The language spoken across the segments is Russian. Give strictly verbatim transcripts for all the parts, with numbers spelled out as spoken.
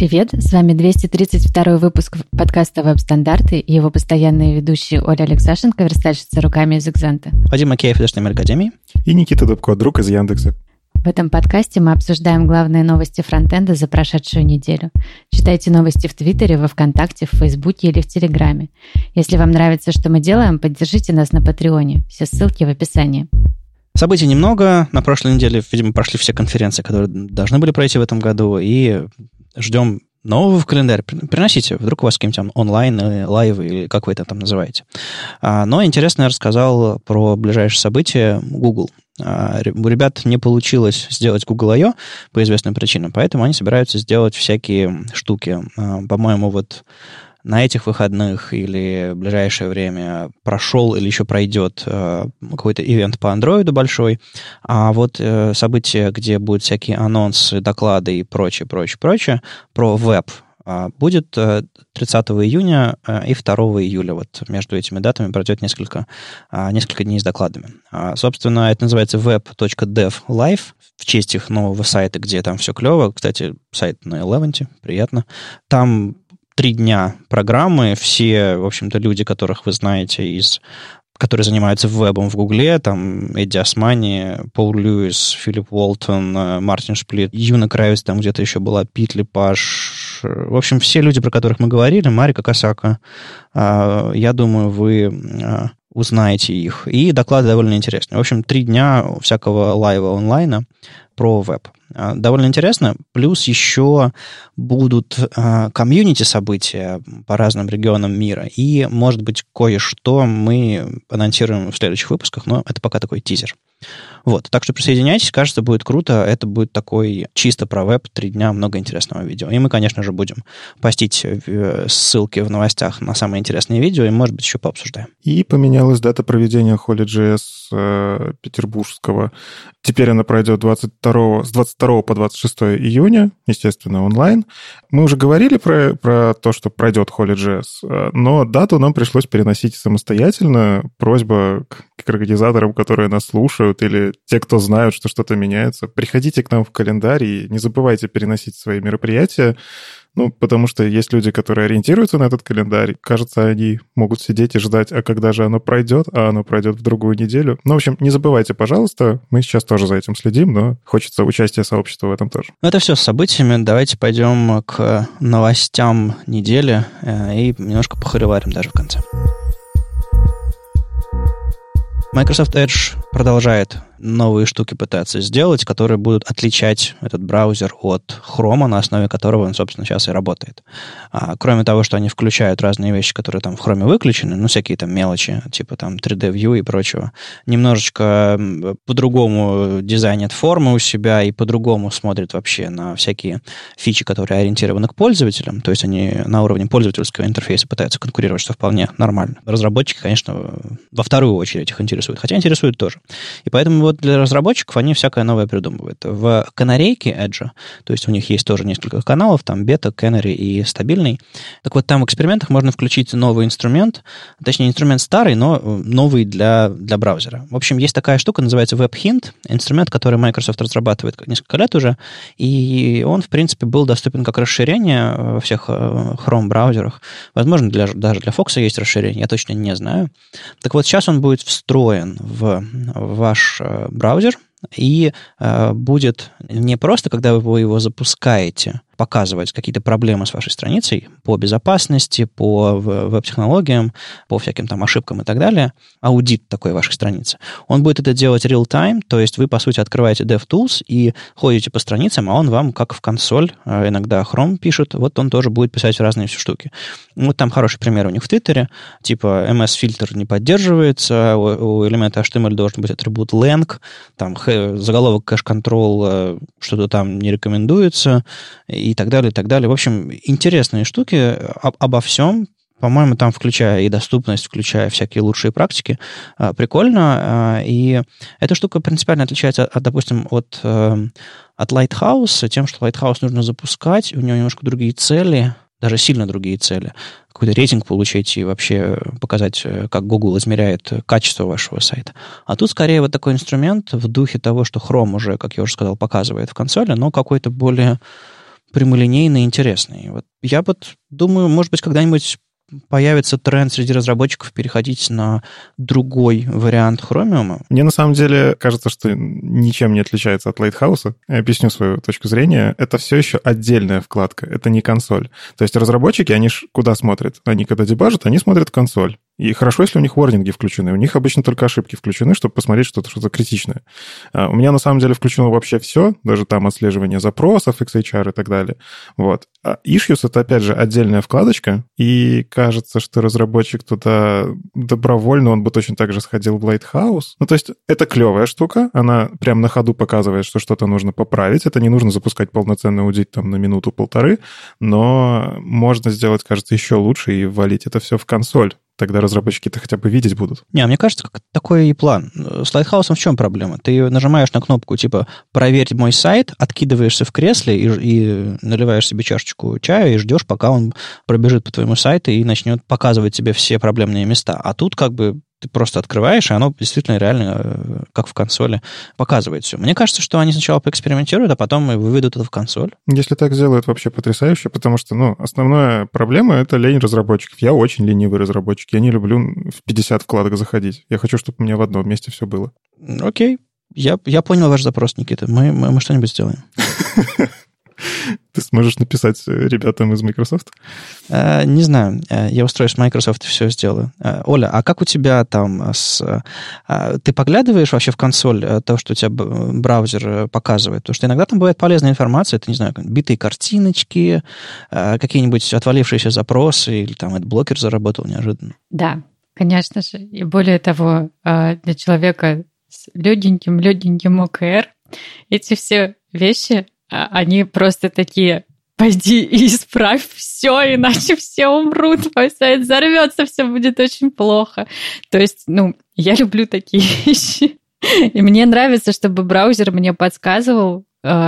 Привет, с вами двести тридцать второй выпуск подкаста «Веб-стандарты» и его постоянные ведущие Оля Алексашенко, верстальщица руками из Экзента. Вадим Макеев из эйч ти эм эль-академии. И Никита Дубко, друг из Яндекса. В этом подкасте мы обсуждаем главные новости фронтенда за прошедшую неделю. Читайте новости в Твиттере, во Вконтакте, в Фейсбуке или в Телеграме. Если вам нравится, что мы делаем, поддержите нас на Патреоне. Все ссылки в описании. Событий немного. На прошлой неделе, видимо, прошли все конференции, которые должны были пройти в этом году, и ждем нового в календарь. Приносите, вдруг у вас какие-нибудь там онлайн, или лайвы, или как вы это там называете. Но интересно я рассказал про ближайшие события Google. У ребят не получилось сделать Google ай о по известным причинам, поэтому они собираются сделать всякие штуки. По-моему, вот на этих выходных или в ближайшее время прошел или еще пройдет э, какой-то ивент по андроиду большой, а вот э, события, где будут всякие анонсы, доклады и прочее, прочее, прочее, про веб, э, будет э, тридцатого июня э, и второго июля. Вот между этими датами пройдет несколько, э, несколько дней с докладами. А, собственно, это называется web точка dev live, в честь их нового сайта, где там все клево. Кстати, сайт на Eleven, приятно. Там Три дня программы, все, в общем-то, люди, которых вы знаете, из, которые занимаются вебом в Гугле, там Эдди Османи, Пол Льюис, Филипп Уолтон, Мартин Шплит, Юна Кравец, там где-то еще была, Пит Лепаш. В общем, все люди, про которых мы говорили, Марика Косака, я думаю, вы узнаете их. И доклады довольно интересные. В общем, три дня всякого лайва онлайна про веб. Довольно интересно. Плюс еще будут комьюнити события по разным регионам мира. И, может быть, кое-что мы анонсируем в следующих выпусках, но это пока такой тизер. Вот. Так что присоединяйтесь, кажется, будет круто. Это будет такой чисто про веб, три дня, много интересного видео. И мы, конечно же, будем постить ссылки в новостях на самые интересные видео, и, может быть, еще пообсуждаем. И поменялась дата проведения Holy.js э, петербургского. Теперь она пройдет двадцать второго, с двадцать второго по двадцать шестого июня, естественно, онлайн. Мы уже говорили про, про то, что пройдет Holy.js, но дату нам пришлось переносить самостоятельно. Просьба к, к организаторам, которые нас слушают, или те, кто знают, что что-то меняется, приходите к нам в календарь и не забывайте переносить свои мероприятия. Ну, потому что есть люди, которые ориентируются на этот календарь. Кажется, они могут сидеть и ждать, а когда же оно пройдет, а оно пройдет в другую неделю. Ну, в общем, не забывайте, пожалуйста. Мы сейчас тоже за этим следим, но хочется участия сообщества в этом тоже. Ну, это все с событиями. Давайте пойдем к новостям недели и немножко похориварим даже в конце. Microsoft Edge продолжает новые штуки пытаться сделать, которые будут отличать этот браузер от Chrome, на основе которого он, собственно, сейчас и работает. А, кроме того, что они включают разные вещи, которые там в Chrome выключены, ну, всякие там мелочи, типа там три дэ View и прочего, немножечко по-другому дизайнят формы у себя и по-другому смотрят вообще на всякие фичи, которые ориентированы к пользователям, то есть они на уровне пользовательского интерфейса пытаются конкурировать, что вполне нормально. Разработчики, конечно, во вторую очередь их интересуют, хотя интересуют тоже. И поэтому вот для разработчиков они всякое новое придумывают. В канарейке Edge, то есть у них есть тоже несколько каналов, там бета, Canary и стабильный. Так вот, там в экспериментах можно включить новый инструмент, точнее, инструмент старый, но новый для, для браузера. В общем, есть такая штука, называется WebHint, инструмент, который Microsoft разрабатывает несколько лет уже, и он, в принципе, был доступен как расширение во всех Chrome-браузерах. Возможно, для, даже для Fox есть расширение, я точно не знаю. Так вот, сейчас он будет встроен в ваш браузер, и э, будет не просто, когда вы его запускаете, показывать какие-то проблемы с вашей страницей по безопасности, по веб-технологиям, по всяким там ошибкам и так далее, аудит такой вашей страницы. Он будет это делать real-time, то есть вы, по сути, открываете DevTools и ходите по страницам, а он вам, как в консоль, иногда Chrome пишет, вот он тоже будет писать разные все штуки. Вот там хороший пример у них в Твиттере, типа эм эс-фильтр не поддерживается, у, у элемента эйч ти эм эль должен быть атрибут lang, там заголовок кэш-контрол, что-то там не рекомендуется, и так далее, и так далее. В общем, интересные штуки об, обо всем. По-моему, там, включая и доступность, включая всякие лучшие практики, прикольно. И эта штука принципиально отличается, от, допустим, от, от Lighthouse, тем, что Lighthouse нужно запускать, у него немножко другие цели, даже сильно другие цели. Какой-то рейтинг получить и вообще показать, как Google измеряет качество вашего сайта. А тут скорее вот такой инструмент в духе того, что Chrome уже, как я уже сказал, показывает в консоли, но какой-то более прямолинейный и интересный. Вот я вот думаю, может быть, когда-нибудь появится тренд среди разработчиков переходить на другой вариант Chromium. Мне на самом деле кажется, что ничем не отличается от Lighthouse. Я объясню свою точку зрения. Это все еще отдельная вкладка, это не консоль. То есть разработчики, они ж куда смотрят? Они когда дебажат, они смотрят в консоль. И хорошо, если у них ворнинги включены. У них обычно только ошибки включены, чтобы посмотреть что-то, что-то критичное. У меня на самом деле включено вообще все, даже там отслеживание запросов, икс эйч ар и так далее. Вот. А Issues — это, опять же, отдельная вкладочка, и кажется, что разработчик туда добровольно, он бы точно так же сходил в Lighthouse. Ну, то есть это клевая штука, она прям на ходу показывает, что что-то нужно поправить. Это не нужно запускать полноценный аудит там на минуту-полторы, но можно сделать, кажется, еще лучше и ввалить это все в консоль. Тогда разработчики-то хотя бы видеть будут. Не, мне кажется, как такой и план. С Lighthouse в чем проблема? Ты нажимаешь на кнопку типа «Проверь мой сайт», откидываешься в кресле и, и наливаешь себе чашечку чая и ждешь, пока он пробежит по твоему сайту и начнет показывать тебе все проблемные места. А тут как бы ты просто открываешь, и оно действительно реально, как в консоли, показывает все. Мне кажется, что они сначала поэкспериментируют, а потом выведут это в консоль. Если так сделают, вообще потрясающе, потому что, ну, основная проблема — это лень разработчиков. Я очень ленивый разработчик. Я не люблю в пятьдесят вкладок заходить. Я хочу, чтобы у меня в одном месте все было. Окей. Я, я понял ваш запрос, Никита. Мы, мы, мы что-нибудь сделаем. Ты сможешь написать ребятам из Microsoft? Uh, не знаю. Я устроюсь в Microsoft и все сделаю. Uh, Оля, а как у тебя там с... Uh, ты поглядываешь вообще в консоль uh, то, что у тебя браузер показывает? Потому что иногда там бывает полезная информация. Это, не знаю, битые картиночки, uh, какие-нибудь отвалившиеся запросы, или там блокер заработал неожиданно. Да, конечно же. И более того, для человека с легеньким-легеньким о ка эр эти все вещи... Они просто такие: пойди и исправь все, иначе все умрут, твой сайт взорвется, все будет очень плохо. То есть, ну, я люблю такие вещи. И мне нравится, чтобы браузер мне подсказывал.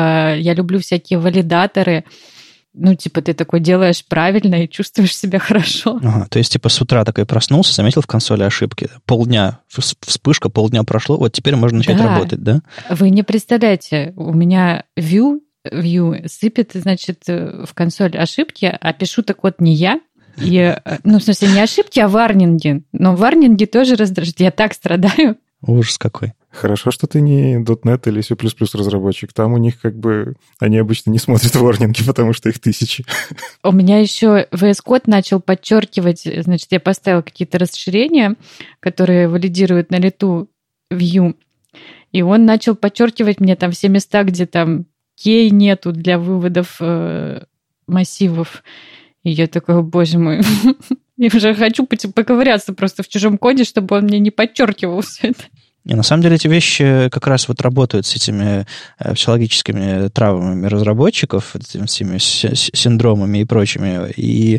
Я люблю всякие валидаторы. Ну, типа, ты такой делаешь правильно и чувствуешь себя хорошо. Ага, то есть, типа, с утра такой проснулся, заметил в консоли ошибки. Полдня, вспышка, полдня прошло, вот теперь можно начать да. работать, да? Вы не представляете, у меня Vue, Vue сыпет, значит, в консоль ошибки, а пишу так вот не я. И, ну, в смысле, не ошибки, а варнинги. Но варнинги тоже раздражают. Я так страдаю. Ужас какой. Хорошо, что ты не .дот нет или C++ разработчик. Там у них как бы... Они обычно не смотрят ворнинги, потому что их тысячи. У меня еще ви эс Code начал подчеркивать... Значит, я поставила какие-то расширения, которые валидируют на лету Vue. И он начал подчеркивать мне там все места, где там кей нету для выводов э, массивов. И я такая: боже мой... Я уже хочу поковыряться просто в чужом коде, чтобы он мне не подчеркивал все это. И на самом деле эти вещи как раз вот работают с этими психологическими травмами разработчиков, этими всеми синдромами и прочими. И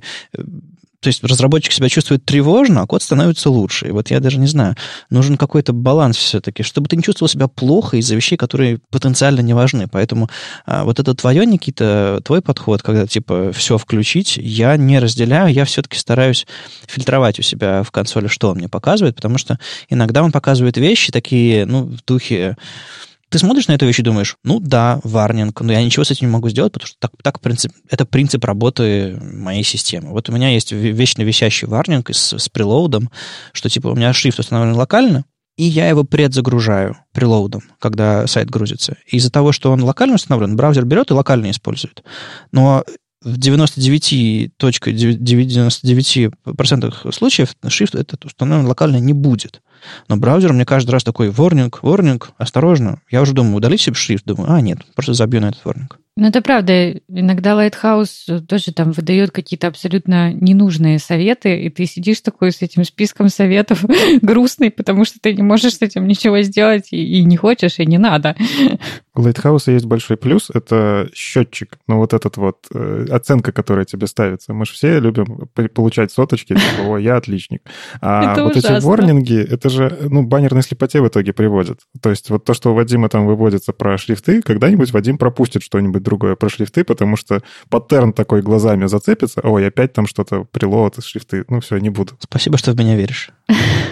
то есть разработчик себя чувствует тревожно, а код становится лучше. И вот я даже не знаю, нужен какой-то баланс все-таки, чтобы ты не чувствовал себя плохо из-за вещей, которые потенциально не важны. Поэтому а, вот это твое, Никита, твой подход, когда типа все включить, я не разделяю, я все-таки стараюсь фильтровать у себя в консоли, что он мне показывает, потому что иногда он показывает вещи такие, ну, в духе... Ты смотришь на эту вещь и думаешь: ну да, варнинг, но я ничего с этим не могу сделать, потому что так, так принцип, это принцип работы моей системы. Вот у меня есть вечно висящий варнинг с, с прелоудом, что типа у меня шрифт установлен локально, и я его предзагружаю прелоудом, когда сайт грузится. И из-за того, что он локально установлен, браузер берет и локально использует. Но в девяносто девять целых девяносто девять процентов случаев шрифт этот установлен локально не будет. Но браузер мне каждый раз такой: ворнинг, ворнинг, осторожно. Я уже думаю, удалить себе шрифт. Думаю, а, нет, просто забью на этот ворнинг. Ну, это правда. Иногда Lighthouse тоже там выдает какие-то абсолютно ненужные советы, и ты сидишь такой с этим списком советов грустный, потому что ты не можешь с этим ничего сделать, и, и не хочешь, и не надо. У Lighthouse есть большой плюс — это счетчик. Ну, вот этот вот э, оценка, которая тебе ставится. Мы же все любим получать соточки, типа: о, я отличник. А это вот ужасно. Эти ворнинги, это же, ну, баннерной слепоте в итоге приводит. То есть вот то, что у Вадима там выводится про шрифты, когда-нибудь Вадим пропустит что-нибудь другое про шрифты, потому что паттерн такой глазами зацепится: ой, опять там что-то, прилоад из шрифты. Ну, все, не буду. Спасибо, что в меня веришь.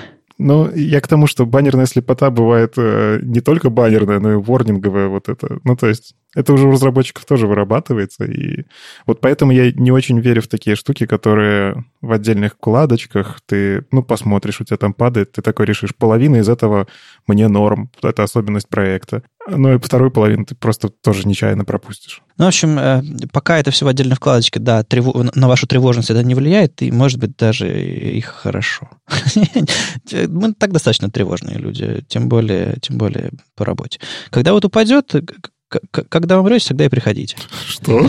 Ну, я к тому, что баннерная слепота бывает э, не только баннерная, но и ворнинговая вот это. Ну, то есть это уже у разработчиков тоже вырабатывается. И вот поэтому я не очень верю в такие штуки, которые в отдельных вкладочках ты, ну, посмотришь, у тебя там падает, ты такой решишь, половина из этого мне норм, это особенность проекта. Ну и вторую половину ты просто тоже нечаянно пропустишь. Ну, в общем, пока это все в отдельной вкладочке, да, тревож... на вашу тревожность это не влияет, и, может быть, даже их хорошо. Мы так достаточно тревожные люди, тем более, тем более по работе. Когда вот упадет, когда вам умрете, тогда и приходите. Что?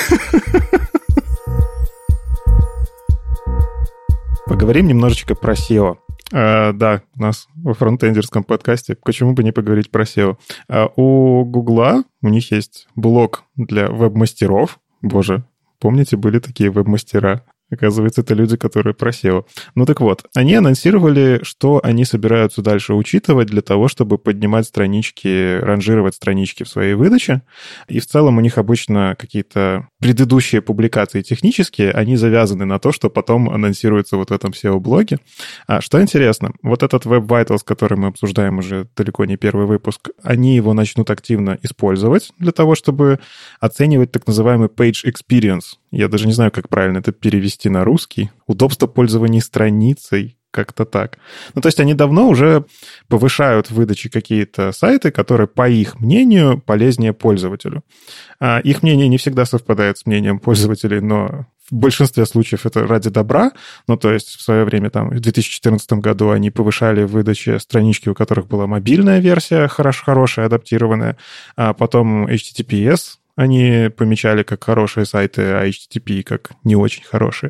Поговорим немножечко про сео. Uh, да, у нас во фронтендерском подкасте. Почему бы не поговорить про сео? Uh, у Гугла у них есть блог для веб-мастеров. Боже, помните, были такие веб-мастера? Оказывается, это люди, которые про сео. Ну так вот, они анонсировали, что они собираются дальше учитывать для того, чтобы поднимать странички, ранжировать странички в своей выдаче. И в целом у них обычно какие-то предыдущие публикации технические, они завязаны на то, что потом анонсируется вот в этом сео-блоге. А что интересно, вот этот Web Vitals, который мы обсуждаем уже далеко не первый выпуск, они его начнут активно использовать для того, чтобы оценивать так называемый page experience. Я даже не знаю, как правильно это перевести на русский. Удобство пользования страницей, как-то так. Ну, то есть они давно уже повышают в выдаче какие-то сайты, которые, по их мнению, полезнее пользователю. А их мнение не всегда совпадает с мнением пользователей, но в большинстве случаев это ради добра. Ну, то есть в свое время, там, в две тысячи четырнадцатом году они повышали в выдаче странички, у которых была мобильная версия, хорош, хорошая, адаптированная, а потом эйч ти ти пи эс они помечали как хорошие сайты, а эйч ти ти пи как не очень хорошие.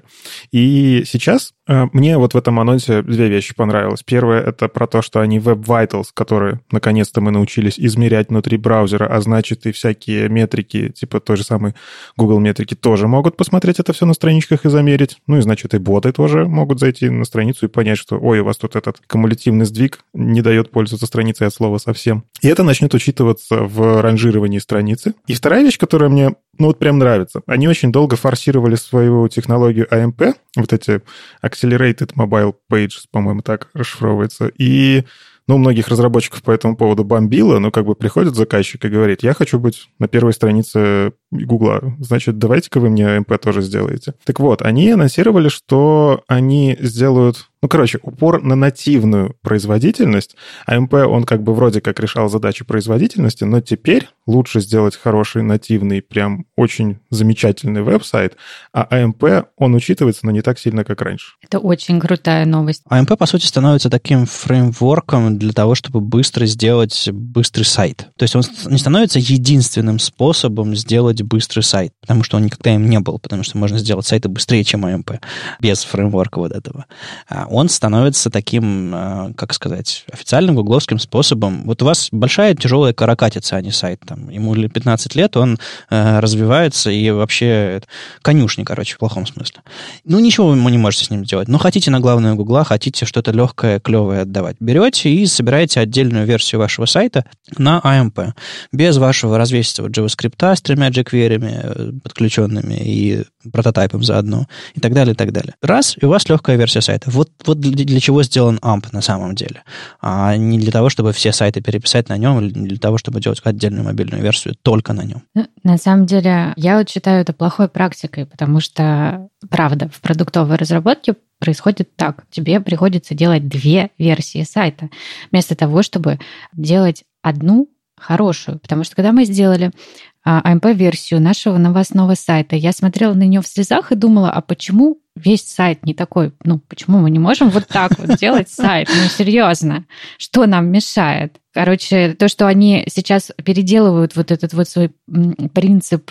И сейчас э, мне вот в этом анонсе две вещи понравилось. Первое — это про то, что они Web Vitals, которые наконец-то мы научились измерять внутри браузера, а значит и всякие метрики, типа той же самой Google метрики, тоже могут посмотреть это все на страничках и замерить. Ну и значит и боты тоже могут зайти на страницу и понять, что ой, у вас тут этот кумулятивный сдвиг не дает пользоваться страницей от слова совсем. И это начнет учитываться в ранжировании страницы. И вторая вещь, которая мне, ну, вот прям нравится. Они очень долго форсировали свою технологию эй эм пи, вот эти Accelerated Mobile Pages, по-моему, так расшифровывается. И, ну, у многих разработчиков по этому поводу бомбило, но как бы приходит заказчик и говорит, я хочу быть на первой странице Гугла, значит, давайте-ка вы мне эй эм пи тоже сделаете. Так вот, они анонсировали, что они сделают... Ну, короче, упор на нативную производительность. эй эм пи, он как бы вроде как решал задачу производительности, но теперь лучше сделать хороший нативный, прям очень замечательный веб-сайт, а эй эм пи, он учитывается, но не так сильно, как раньше. Это очень крутая новость. эй эм пи, по сути, становится таким фреймворком для того, чтобы быстро сделать быстрый сайт. То есть он не становится единственным способом сделать быстрый сайт, потому что он никогда им не был, потому что можно сделать сайты быстрее, чем эй эм пи, без фреймворка вот этого. Он становится таким, как сказать, официальным гугловским способом. Вот у вас большая тяжелая каракатица, а не сайт. Там, ему пятнадцать лет, он э, развивается и вообще конюшни, короче, в плохом смысле. Ну, ничего вы не можете с ним сделать. Но хотите на главную Гугла, хотите что-то легкое, клевое отдавать. Берете и собираете отдельную версию вашего сайта на эй эм пи. Без вашего развесистого JavaScript с тремя jQuery подключенными и прототайпом заодно, и так далее, и так далее. Раз, и у вас легкая версия сайта. Вот, вот для, для чего сделан амп на самом деле. А не для того, чтобы все сайты переписать на нем, или для того, чтобы делать отдельную мобильную версию только на нем. Ну, на самом деле, я вот считаю это плохой практикой, потому что, правда, в продуктовой разработке происходит так. Тебе приходится делать две версии сайта, вместо того, чтобы делать одну хорошую. Потому что когда мы сделали эй эм пи-версию нашего новостного сайта, я смотрела на нее в слезах и думала, а почему весь сайт не такой? Ну, почему мы не можем вот так вот делать сайт? Ну, серьезно, что нам мешает? Короче, то, что они сейчас переделывают вот этот вот свой принцип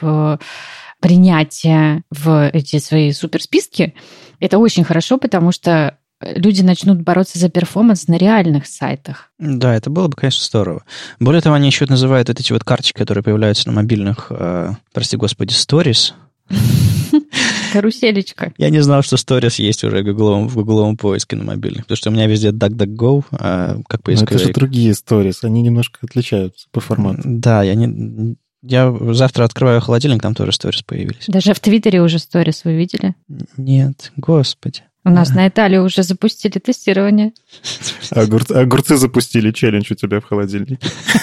принятия в эти свои суперсписки, это очень хорошо, потому что люди начнут бороться за перформанс на реальных сайтах. Да, это было бы, конечно, здорово. Более того, они еще называют вот эти вот карточки, которые появляются на мобильных, э, прости господи, stories. Каруселечка. Я не знал, что Stories есть уже в гугловом, в гугловом поиске на мобильных, потому что у меня везде DuckDuckGo, а как поисковик. Но это же другие Stories, они немножко отличаются по формату. Да, я не... Я завтра открываю холодильник, там тоже Stories появились. Даже в Твиттере уже Stories вы видели? Нет, господи. У нас на Италии уже запустили тестирование. Огур... Огурцы запустили челлендж у тебя в холодильнике.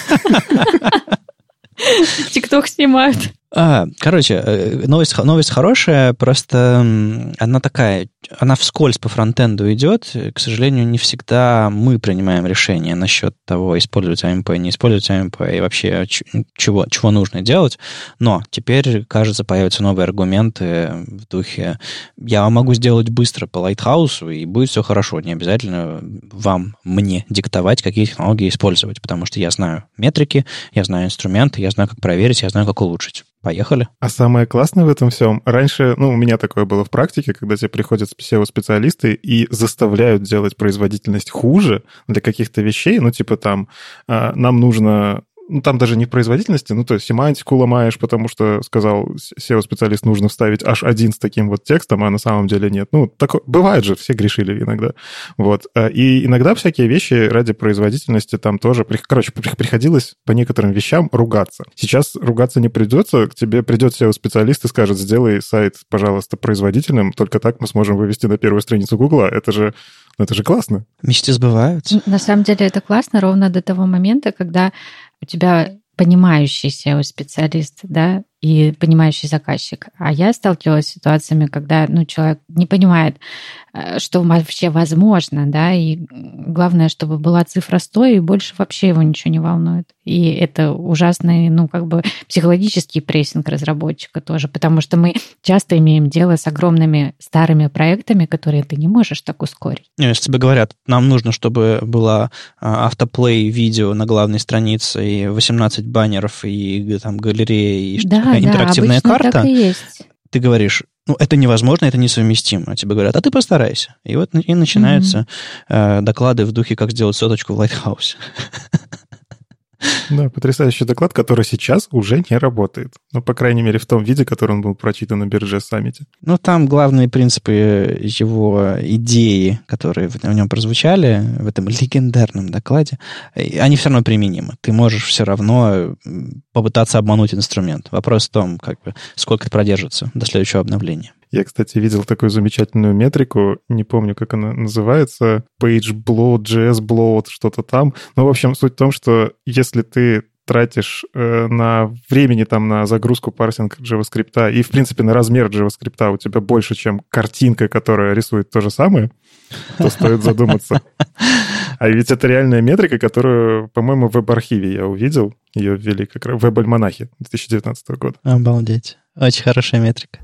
ТикТок снимают. А, короче, новость, новость хорошая, просто она такая, она вскользь по фронтенду идет. К сожалению, не всегда мы принимаем решение насчет того, использовать эй эм пи, не использовать эй эм пи и вообще чего, чего нужно делать. Но теперь, кажется, появятся новые аргументы в духе «я вам могу сделать быстро по Lighthouse, и будет все хорошо». Не обязательно вам, мне диктовать, какие технологии использовать, потому что я знаю метрики, я знаю инструменты, я знаю, как проверить, я знаю, как улучшить. Поехали. А самое классное в этом всем, раньше, ну, у меня такое было в практике, когда тебе приходят эс и о-специалисты и заставляют делать производительность хуже для каких-то вещей, ну, типа там, нам нужно... Ну, там даже не в производительности, ну, то есть семантику ломаешь, потому что сказал эс и о-специалист, нужно вставить аш один с таким вот текстом, а на самом деле нет. Ну, такое, бывает же, все грешили иногда. Вот. И иногда всякие вещи ради производительности там тоже... Короче, приходилось по некоторым вещам ругаться. Сейчас ругаться не придется, к тебе придет эс и о-специалист и скажет, сделай сайт, пожалуйста, производительным, только так мы сможем вывести на первую страницу Гугла. Это же... Это же классно. Мечты сбываются. На самом деле это классно ровно до того момента, когда у тебя понимающий эс и о-специалист, да, и понимающий заказчик. А я сталкивалась с ситуациями, когда, ну, человек не понимает, что вообще возможно, да, и главное, чтобы была цифра сто, и больше вообще его ничего не волнует. И это ужасный, ну, как бы психологический прессинг разработчика тоже, потому что мы часто имеем дело с огромными старыми проектами, которые ты не можешь так ускорить. Если тебе говорят, нам нужно, чтобы было автоплей видео на главной странице, и восемнадцать баннеров, и там галерея, и да, интерактивная да, карта, так и есть. Ты говоришь, ну, это невозможно, это несовместимо. А тебе говорят, а ты постарайся. И вот и начинаются mm-hmm. э, доклады в духе, как сделать соточку в Lighthouse. Да, потрясающий доклад, который сейчас уже не работает. Ну, по крайней мере, в том виде, который он был прочитан на бирже саммите. Ну, там главные принципы его идеи, которые в нем прозвучали, в этом легендарном докладе, они все равно применимы. Ты можешь все равно попытаться обмануть инструмент. Вопрос в том, как бы, сколько это продержится до следующего обновления. Я, кстати, видел такую замечательную метрику, не помню, как она называется, page bloat, джей эс bloat, что-то там. Ну, в общем, суть в том, что если ты тратишь э, на времени там на загрузку, парсинг JavaScript и, в принципе, на размер JavaScript у тебя больше, чем картинка, которая рисует то же самое, то стоит задуматься. А ведь это реальная метрика, которую, по-моему, в веб-архиве я увидел. Ее ввели как раз в веб-альманахе две тысячи девятнадцатого года. Обалдеть. Очень хорошая метрика.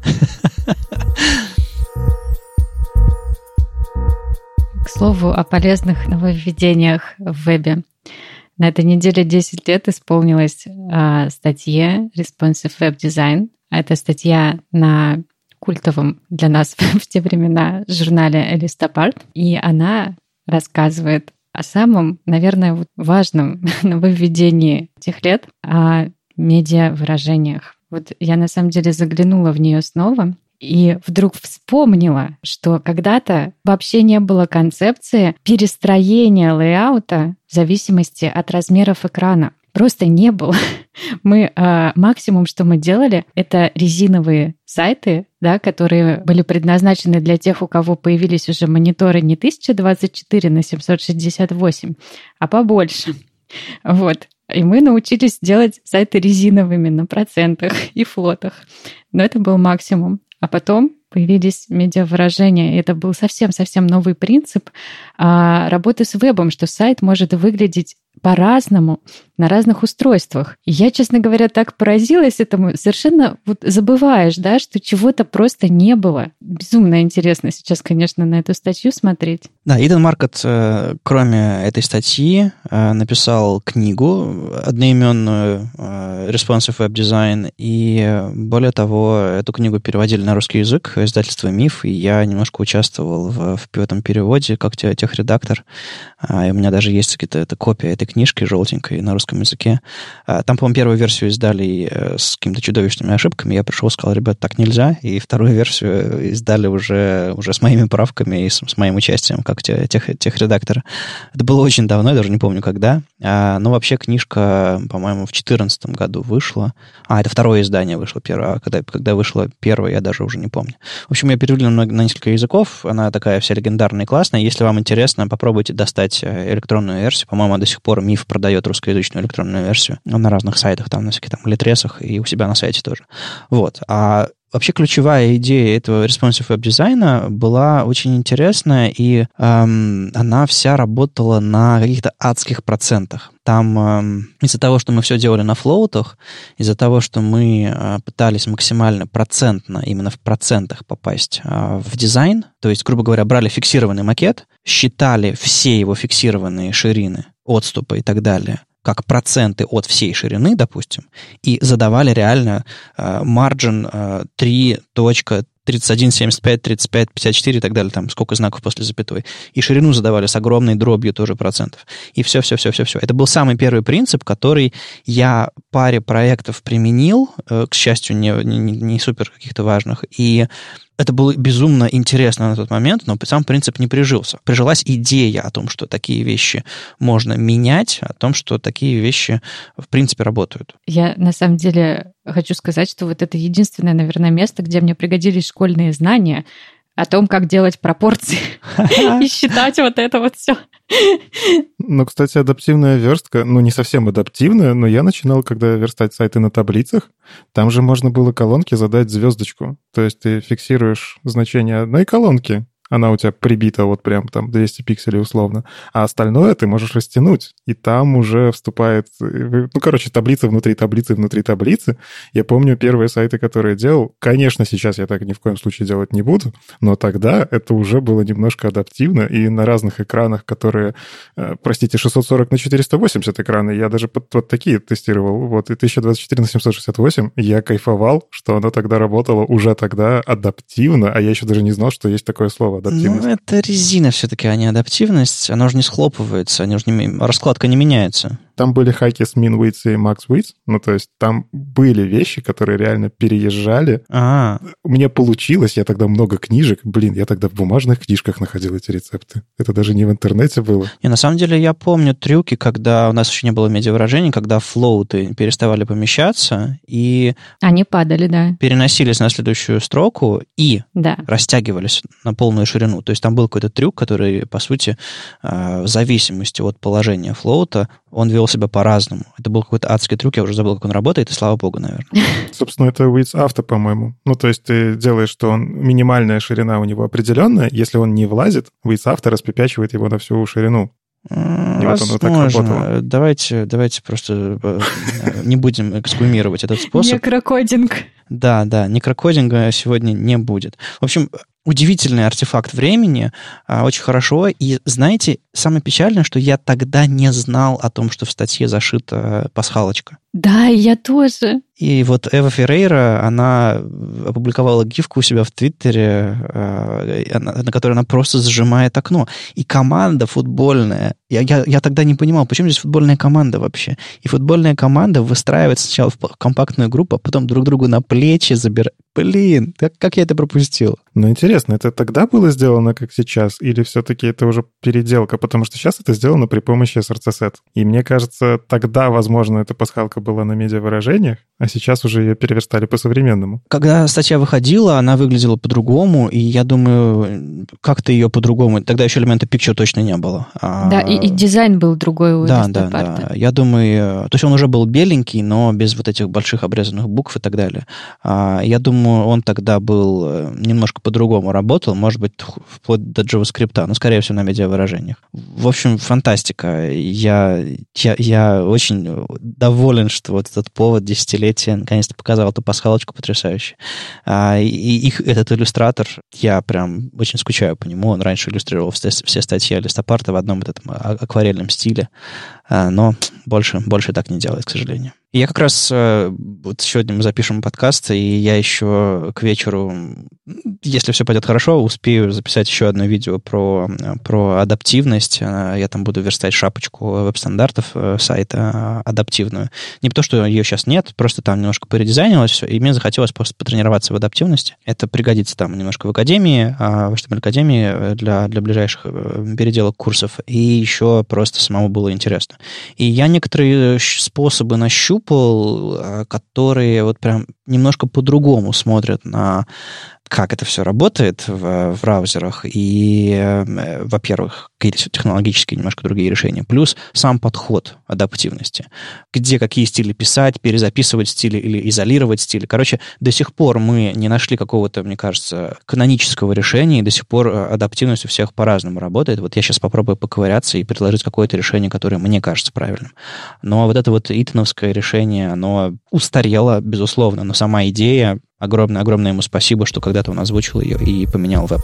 К слову о полезных нововведениях в вебе. На этой неделе десять лет исполнилось а, статье Responsive Web Design. Это статья на культовом для нас в те времена журнале Elistapart. И она рассказывает о самом, наверное, вот важном нововведении тех лет, о медиавыражениях. Вот я на самом деле заглянула в нее снова и вдруг вспомнила, что когда-то вообще не было концепции перестроения лейаута в зависимости от размеров экрана. Просто не было. Мы э, максимум, что мы делали, это резиновые сайты, да, которые были предназначены для тех, у кого появились уже мониторы не тысяча двадцать четыре на семьсот шестьдесят восемь, а побольше. Вот. И мы научились делать сайты резиновыми на процентах и флотах. Но это был максимум. А потом появились медиавыражения. И это был совсем-совсем новый принцип а, работы с вебом, что сайт может выглядеть по-разному на разных устройствах. И я, честно говоря, так поразилась этому. Совершенно вот забываешь, да, что чего-то просто не было. Безумно интересно сейчас, конечно, на эту статью смотреть. Да, Иден Маркет, кроме этой статьи, написал книгу одноименную Responsive Web Design, и более того, эту книгу переводили на русский язык, издательство «Миф», и я немножко участвовал в, в этом переводе, как техредактор. И у меня даже есть какая-то копия этой книжки желтенькой на русском языке. Там, по-моему, первую версию издали с какими-то чудовищными ошибками. Я пришел и сказал, ребят, так нельзя. И вторую версию издали уже, уже с моими правками и с, с моим участием как тех, техредактора. Это было очень давно, я даже не помню когда. А, но вообще книжка, по-моему, в две тысячи четырнадцатом году вышла. А, это второе издание вышло первое. А когда, когда вышло первое, я даже уже не помню. В общем, я перевели на, на несколько языков. Она такая вся легендарная и классная. Если вам интересно, попробуйте достать электронную версию. По-моему, до сих пор Миф продает русскоязычную электронную версию на разных сайтах, там, на всяких там литресах и у себя на сайте тоже. Вот. А вообще ключевая идея этого responsive веб-дизайна была очень интересная, и эм, она вся работала на каких-то адских процентах. Там эм, из-за того, что мы все делали на флоутах, из-за того, что мы э, пытались максимально процентно, именно в процентах попасть э, в дизайн, то есть, грубо говоря, брали фиксированный макет, считали все его фиксированные ширины, отступы и так далее, как проценты от всей ширины, допустим, и задавали реально марджин э, три точка тридцать один, семьдесят пять, тридцать пять, пятьдесят четыре и так далее, там сколько знаков после запятой. И ширину задавали с огромной дробью тоже процентов. И все-все-все-все-все. Это был самый первый принцип, который я паре проектов применил, э, к счастью, не, не, не супер каких-то важных, и это было безумно интересно на тот момент, но сам принцип не прижился. Прижилась идея о том, что такие вещи можно менять, о том, что такие вещи, в принципе, работают. Я, на самом деле, хочу сказать, что вот это единственное, наверное, место, где мне пригодились школьные знания о том, как делать пропорции и считать вот это вот все. Ну, кстати, адаптивная верстка, ну, не совсем адаптивная, но я начинал, когда верстать сайты на таблицах, там же можно было колонке задать звездочку. То есть ты фиксируешь значение одной колонки, она у тебя прибита вот прям там двести пикселей условно, а остальное ты можешь растянуть, и там уже вступает... Ну, короче, таблица внутри таблицы внутри таблицы. Я помню первые сайты, которые я делал. Конечно, сейчас я так ни в коем случае делать не буду, но тогда это уже было немножко адаптивно, и на разных экранах, которые, простите, шестьсот сорок на четыреста восемьдесят экраны, я даже под, под такие тестировал, вот, и тысяча двадцать четыре на семьсот шестьдесят восемь, я кайфовал, что оно тогда работало уже тогда адаптивно, а я еще даже не знал, что есть такое слово. Ну, это резина все-таки, а не адаптивность. Она же не схлопывается, она же не, раскладка не меняется. Там были хаки с min width и max width, ну, то есть там были вещи, которые реально переезжали. А-а-а. У меня получилось, я тогда много книжек, блин, я тогда в бумажных книжках находил эти рецепты. Это даже не в интернете было. И на самом деле я помню трюки, когда у нас еще не было медиавыражений, когда флоуты переставали помещаться, и... Они падали, да. Переносились на следующую строку и да. растягивались на полную ширину. То есть там был какой-то трюк, который, по сути, в зависимости от положения флоута, он вел себя по-разному. Это был какой-то адский трюк, я уже забыл, как он работает, и слава богу, наверное. Собственно, это width авто, по-моему. Ну, то есть ты делаешь, что он минимальная ширина у него определенная, если он не влазит, width авто распепячивает его на всю ширину. И вот оно так работало. Давайте, давайте просто не будем эксгумировать этот способ. Некрокодинг. Да, да, некрокодинга сегодня не будет. В общем, удивительный артефакт времени, очень хорошо. И знаете, самое печальное, что я тогда не знал о том, что в статье зашита пасхалочка. Да, я тоже. И вот Эва Феррейра, она опубликовала гифку у себя в Твиттере, на которой она просто сжимает окно. И команда футбольная, я, я, я тогда не понимал, почему здесь футбольная команда вообще. И футбольная команда выстраивает сначала в компактную группу, а потом друг другу на плечи забирает. Блин, как, как я это пропустил? Ну, интересно, это тогда было сделано, как сейчас, или все-таки это уже переделка? Потому что сейчас это сделано при помощи эс эр си-сет. И мне кажется, тогда, возможно, эта пасхалка была на медиавыражениях, а сейчас уже ее переверстали по-современному. Когда статья выходила, она выглядела по-другому, и я думаю, как-то ее по-другому... Тогда еще элемента Picture точно не было. Да, и, и дизайн был другой у да, да, да. Я думаю... То есть он уже был беленький, но без вот этих больших обрезанных букв и так далее. Я думаю, он тогда был немножко по-другому работал, может быть, вплоть до JavaScript, но, скорее всего, на медиавыражениях. В общем, фантастика. Я, я, я очень доволен, что вот этот повод десятилетия наконец-то показал эту пасхалочку потрясающую. И их, этот иллюстратор, я прям очень скучаю по нему. Он раньше иллюстрировал все, все статьи Листопарта в одном вот этом акварельном стиле, но больше, больше так не делает, к сожалению. И я как раз, вот сегодня мы запишем подкаст, и я еще к вечеру, если все пойдет хорошо, успею записать еще одно видео про, про адаптивность. Я там буду верстать шапочку веб-стандартов сайта адаптивную. Не потому, что ее сейчас нет, просто там немножко поредизайнилось все, и мне захотелось просто потренироваться в адаптивности. Это пригодится там немножко в академии, в эйч ти эм эль-академии для, для ближайших переделок курсов, и еще просто самому было интересно. И я некоторые способы нащупал, которые вот прям немножко по-другому смотрят на как это все работает в, в браузерах, и, э, во-первых, какие-то технологические немножко другие решения, плюс сам подход адаптивности, где какие стили писать, перезаписывать стили или изолировать стили. Короче, до сих пор мы не нашли какого-то, мне кажется, канонического решения, и до сих пор адаптивность у всех по-разному работает. Вот я сейчас попробую поковыряться и предложить какое-то решение, которое мне кажется правильным. Но вот это вот итоновское решение, оно устарело, безусловно, но сама идея, огромное-огромное ему спасибо, что когда-то он озвучил ее и поменял веб.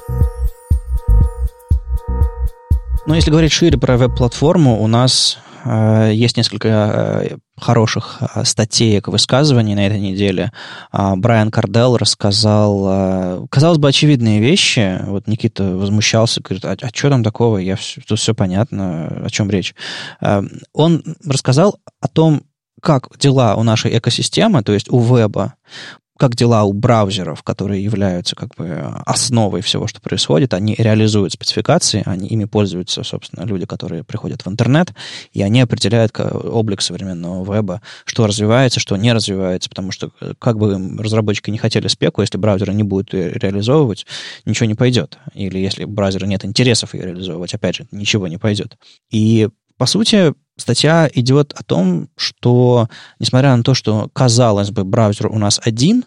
Но если говорить шире про веб-платформу, у нас э, есть несколько э, хороших э, статеек, высказываний на этой неделе. Э, Брайан Карделл рассказал, э, казалось бы, очевидные вещи. Вот Никита возмущался, говорит, а, а что там такого? Я, тут все понятно, о чем речь. Э, он рассказал о том, как дела у нашей экосистемы, то есть у веба, как дела у браузеров, которые являются как бы основой всего, что происходит. Они реализуют спецификации, они, ими пользуются, собственно, люди, которые приходят в интернет, и они определяют облик современного веба, что развивается, что не развивается, потому что как бы разработчики не хотели спеку, если браузеры не будут ее реализовывать, ничего не пойдет. Или если у браузера нет интересов ее реализовывать, опять же, ничего не пойдет. И, по сути, статья идет о том, что, несмотря на то, что, казалось бы, браузер у нас один,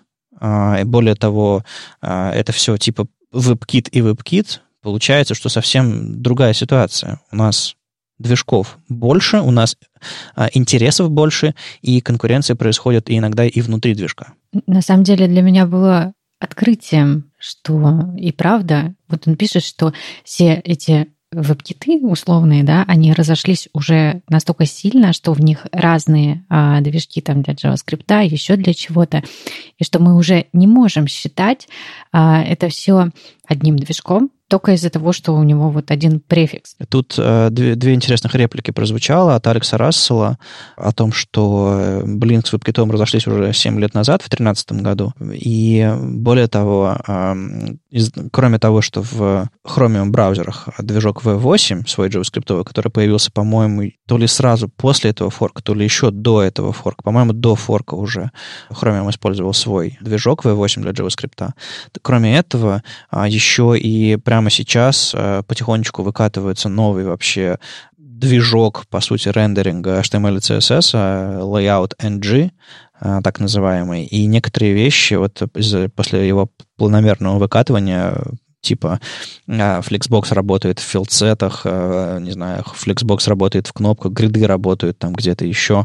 и более того, это все типа WebKit и WebKit, получается, что совсем другая ситуация. У нас движков больше, у нас интересов больше, и конкуренция происходит и иногда и внутри движка. На самом деле для меня было открытием, что и правда, вот он пишет, что все эти веб-киты условные, да, они разошлись уже настолько сильно, что в них разные а, движки там для JavaScript, еще для чего-то, и что мы уже не можем считать а, это все одним движком, только из-за того, что у него вот один префикс. Тут э, две, две интересных реплики прозвучало от Алекса Рассела о том, что Blink с WebKit разошлись уже семь лет назад, в две тысячи тринадцатом году. И более того, э, из, кроме того, что в Chromium браузерах движок ви восемь, свой JavaScript, который появился, по-моему, то ли сразу после этого форка, то ли еще до этого форка, по-моему, до форка уже Chromium использовал свой движок ви восемь для JavaScript. Кроме этого, еще и прямо Прямо сейчас э, потихонечку выкатывается новый вообще движок, по сути, рендеринга эйч ти эм эль и си эс эс, э, Layout.ng, э, так называемый, и некоторые вещи вот из, после его планомерного выкатывания, типа э, Flexbox работает в филдсетах, э, не знаю, Flexbox работает в кнопках, гриды работают там где-то еще,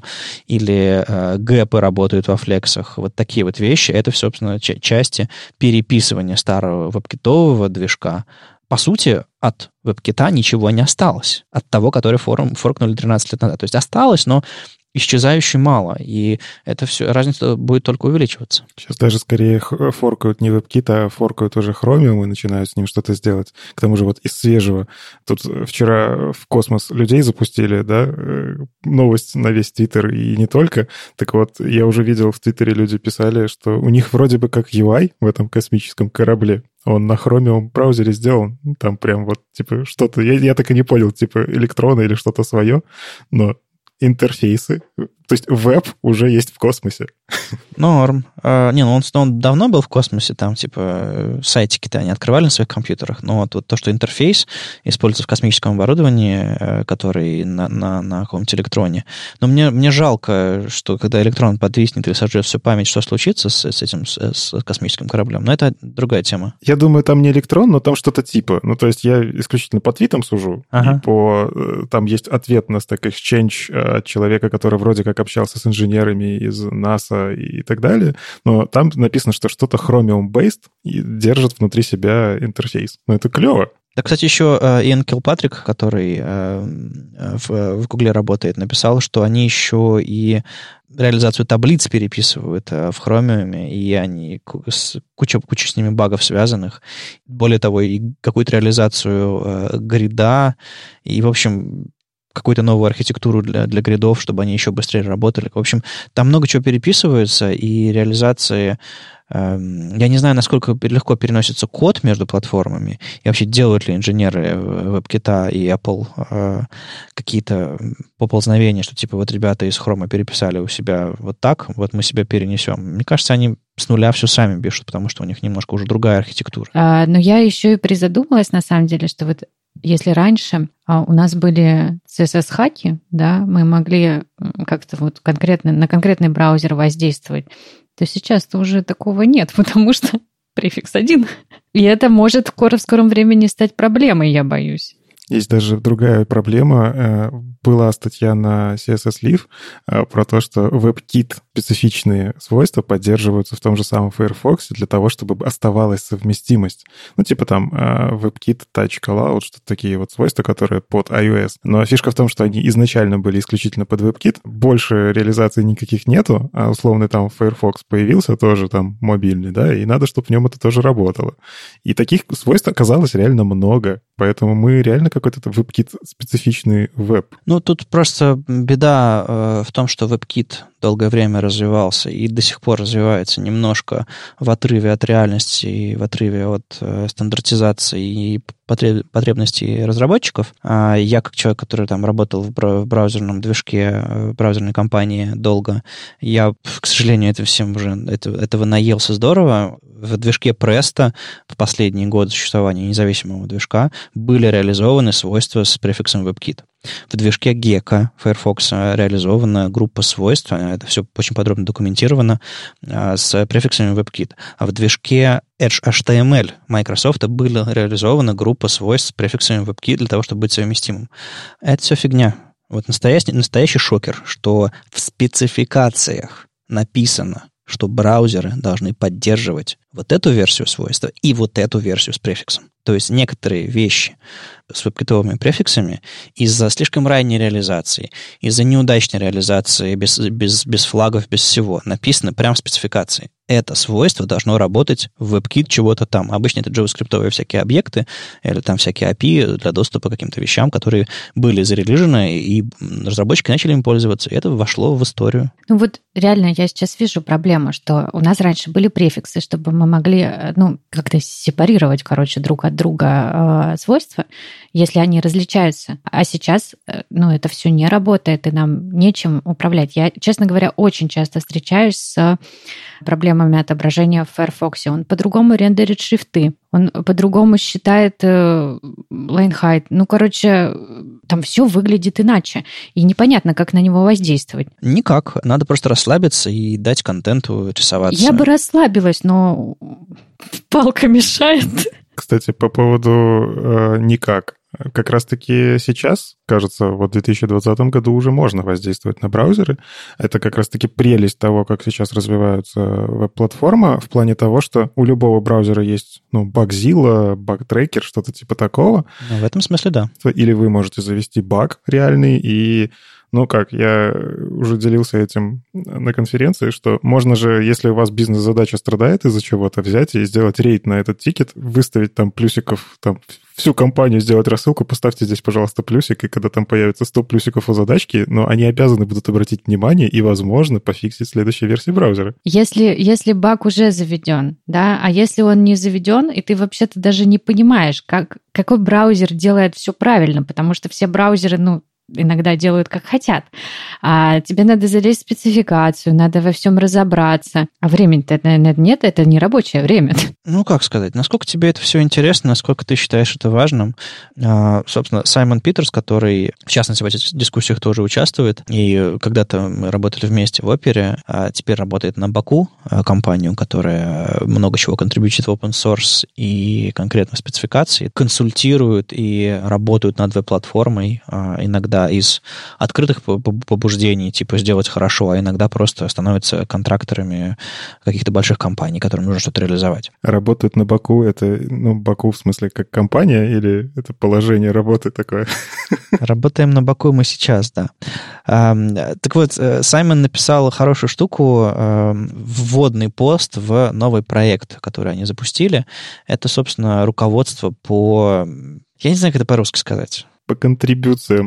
или э, гэпы работают во флексах. Вот такие вот вещи, это, собственно, ч- части переписывания старого веб-китового движка. По сути, от веб-кита ничего не осталось. От того, который форум, форкнули тринадцать лет назад. То есть осталось, но исчезающе мало. И это все, разница будет только увеличиваться. Сейчас даже скорее форкают не WebKit, а форкают уже Chromium и начинают с ним что-то сделать. К тому же вот из свежего. Тут вчера в космос людей запустили, да, новость на весь Твиттер и не только. Так вот, я уже видел в Твиттере, люди писали, что у них вроде бы как ю ай в этом космическом корабле. Он на Chromium браузере сделан. Там прям вот, типа, что-то... Я, я так и не понял, типа, электроны или что-то свое, но интерфейсы. То есть веб уже есть в космосе. Норм. А, не, ну он, он давно был в космосе, там, типа, сайтики-то они открывали на своих компьютерах, но вот, вот то, что интерфейс используется в космическом оборудовании, который на, на, на каком-нибудь электроне. Но мне, мне жалко, что когда электрон подвиснет или сожжет всю память, что случится с, с этим, с, с космическим кораблем. Но это другая тема. Я думаю, там не электрон, но там что-то типа. Ну, то есть я исключительно по твитам сужу, ага. И по... Там есть ответ на Stack Exchange от человека, который вроде как общался с инженерами из НАСА и так далее, но там написано, что что-то Chromium-based и держит внутри себя интерфейс. Ну, это клево. Да, кстати, еще э, Иэн Килпатрик, который э, в, в Гугле работает, написал, что они еще и реализацию таблиц переписывают э, в Chromium, и они с, куча, куча с ними багов связанных. Более того, и какую-то реализацию э, грида, и, в общем, какую-то новую архитектуру для, для гридов, чтобы они еще быстрее работали. В общем, там много чего переписывается, и реализации... Э, я не знаю, насколько легко переносится код между платформами, и вообще делают ли инженеры WebKit и Apple э, какие-то поползновения, что типа вот ребята из Chrome переписали у себя вот так, вот мы себя перенесем. Мне кажется, они с нуля все сами пишут, потому что у них немножко уже другая архитектура. А, но я еще и призадумалась, на самом деле, что вот если раньше а, у нас были си эс эс-хаки, да, мы могли как-то вот конкретно на конкретный браузер воздействовать, то сейчас-то уже такого нет, потому что префикс один. И это может скоро, в скором времени стать проблемой, я боюсь. Есть даже другая проблема. Была статья на си эс эс-Live про то, что WebKit специфичные свойства поддерживаются в том же самом Firefox для того, чтобы оставалась совместимость. Ну, типа там WebKit, Touch Callout, что-то такие вот свойства, которые под iOS. Но фишка в том, что они изначально были исключительно под WebKit. Больше реализаций никаких нету, а условный там Firefox появился тоже там мобильный, да, и надо, чтобы в нем это тоже работало. И таких свойств оказалось реально много. Поэтому мы реально какой-то WebKit-специфичный веб. Ну, тут просто беда э, в том, что WebKit долгое время развивался и до сих пор развивается немножко в отрыве от реальности и в отрыве от э, стандартизации и потреб, потребностей разработчиков. А я, как человек, который там работал в, бра- в браузерном движке, в браузерной компании долго, я, к сожалению, это всем уже, это, этого наелся здорово. В движке Presto в последний год существования независимого движка были реализованы свойства с префиксом WebKit. В движке Gecko Firefox реализована группа свойств, это все очень подробно документировано, с префиксами WebKit. А в движке Edge эйч ти эм эль Microsoft была реализована группа свойств с префиксами WebKit для того, чтобы быть совместимым. Это все фигня. Вот настоящий, настоящий шокер, что в спецификациях написано, что браузеры должны поддерживать вот эту версию свойства и вот эту версию с префиксом. То есть некоторые вещи с веб-китовыми префиксами из-за слишком ранней реализации, из-за неудачной реализации, без, без, без флагов, без всего, написано прямо в спецификации. Это свойство должно работать в WebKit чего-то там. Обычно это JavaScript всякие объекты или там всякие эй пи ай для доступа к каким-то вещам, которые были зарелижены, и разработчики начали им пользоваться, и это вошло в историю. Ну вот реально я сейчас вижу проблему, что у нас раньше были префиксы, чтобы мы могли, ну, как-то сепарировать, короче, друг от друга э, свойства, если они различаются. А сейчас, э, ну, это все не работает, и нам нечем управлять. Я, честно говоря, очень часто встречаюсь с проблемами отображения в Firefox. Он по-другому рендерит шрифты, он по-другому считает э, line height. Ну, короче, там все выглядит иначе. И непонятно, как на него воздействовать. Никак. Надо просто расслабиться и дать контенту рисоваться. Я бы расслабилась, но палка мешает. Кстати, по поводу э, никак. Как раз-таки сейчас, кажется, вот в две тысячи двадцатом году уже можно воздействовать на браузеры. Это как раз-таки прелесть того, как сейчас развивается веб-платформа, в плане того, что у любого браузера есть, ну, Bugzilla, баг-трекер, что-то типа такого. Ну, в этом смысле, да. Или вы можете завести баг реальный и... Ну как, я уже делился этим на конференции, что можно же, если у вас бизнес-задача страдает из-за чего-то, взять и сделать рейд на этот тикет, выставить там плюсиков, там всю компанию сделать рассылку, поставьте здесь, пожалуйста, плюсик, и когда там появится сто плюсиков у задачки, но они обязаны будут обратить внимание и, возможно, пофиксить в следующей версии браузера. Если, если баг уже заведен, да, а если он не заведен, и ты вообще-то даже не понимаешь, как, какой браузер делает все правильно, потому что все браузеры, ну, иногда делают как хотят. А тебе надо залезть в спецификацию, надо во всем разобраться. А времени-то, наверное, нет, это не рабочее время. Ну, как сказать, насколько тебе это все интересно, насколько ты считаешь это важным. А, собственно, Саймон Питерс, который, в частности, в этих дискуссиях тоже участвует, и когда-то мы работали вместе в Опере, а теперь работает на Баку, компанию, которая много чего контрибьютит в open source и конкретно в спецификации, консультирует и работают над веб-платформой, иногда из открытых побуждений, типа сделать хорошо, а иногда просто становятся контракторами каких-то больших компаний, которым нужно что-то реализовать. Работают на Баку, это, ну, Баку в смысле как компания или это положение работы такое? Работаем на Баку мы сейчас, да. Так вот, Саймон написал хорошую штуку, вводный пост в новый проект, который они запустили. Это, собственно, руководство по... Я не знаю, как это по-русски сказать. По контрибуциям.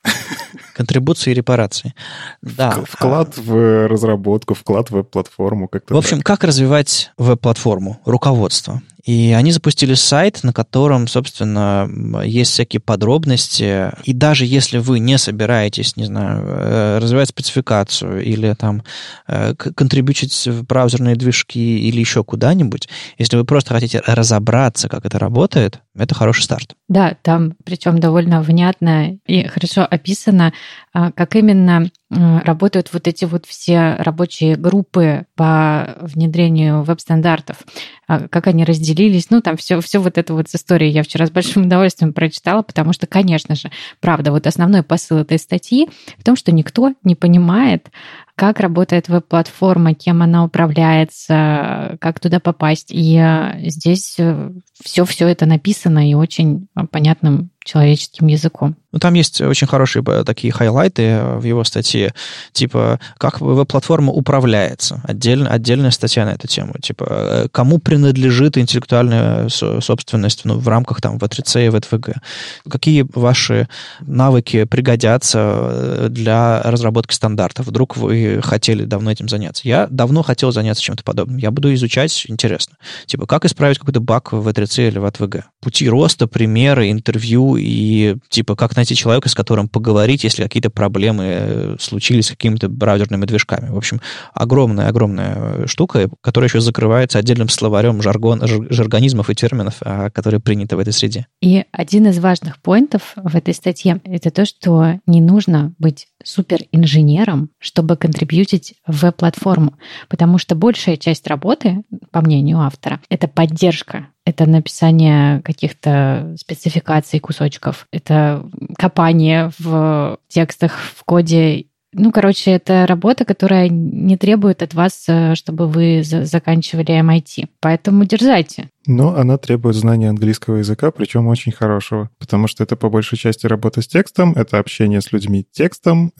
Контрибуции и репарации. Да. Вклад в разработку, вклад в веб-платформу. Как-то в общем, так. Как развивать веб-платформу? Руководство. И они запустили сайт, на котором, собственно, есть всякие подробности. И даже если вы не собираетесь, не знаю, развивать спецификацию или там контрибьютить в браузерные движки или еще куда-нибудь, если вы просто хотите разобраться, как это работает, это хороший старт. Да, там причем довольно внятно и хорошо описано, как именно работают вот эти вот все рабочие группы по внедрению веб-стандартов, как они разделились, ну, там все, все вот это вот с историей я вчера с большим удовольствием прочитала, потому что, конечно же, правда, вот основной посыл этой статьи в том, что никто не понимает, как работает веб-платформа, кем она управляется, как туда попасть. И здесь все-все это написано и очень понятным человеческим языком. Ну, там есть очень хорошие такие хайлайты в его статье, типа, как веб-платформа управляется. Отдельно, отдельная статья на эту тему. Типа, кому принадлежит интеллектуальная собственность ну, в рамках там, ви три си и ви ти ви джи. Какие ваши навыки пригодятся для разработки стандартов? Вдруг вы хотели давно этим заняться. Я давно хотел заняться чем-то подобным. Я буду изучать, интересно. Типа, как исправить какой-то баг в ви три си или в ви ти ви джи? Пути роста, примеры, интервью и, типа, как найти человека, с которым поговорить, если какие-то проблемы случились с какими-то браузерными движками. В общем, огромная-огромная штука, которая еще закрывается отдельным словарем жаргон, жаргонизмов и терминов, которые приняты в этой среде. И один из важных поинтов в этой статье — это то, что не нужно быть суперинженером, чтобы контрибьютить в веб-платформу, потому что большая часть работы, по мнению автора, это поддержка. Это написание каких-то спецификаций, кусочков. Это копание в текстах, в коде. Ну, короче, это работа, которая не требует от вас, чтобы вы заканчивали эм ай ти. Поэтому дерзайте. Но она требует знания английского языка, причем очень хорошего, потому что это по большей части работа с текстом, это общение с людьми текстом,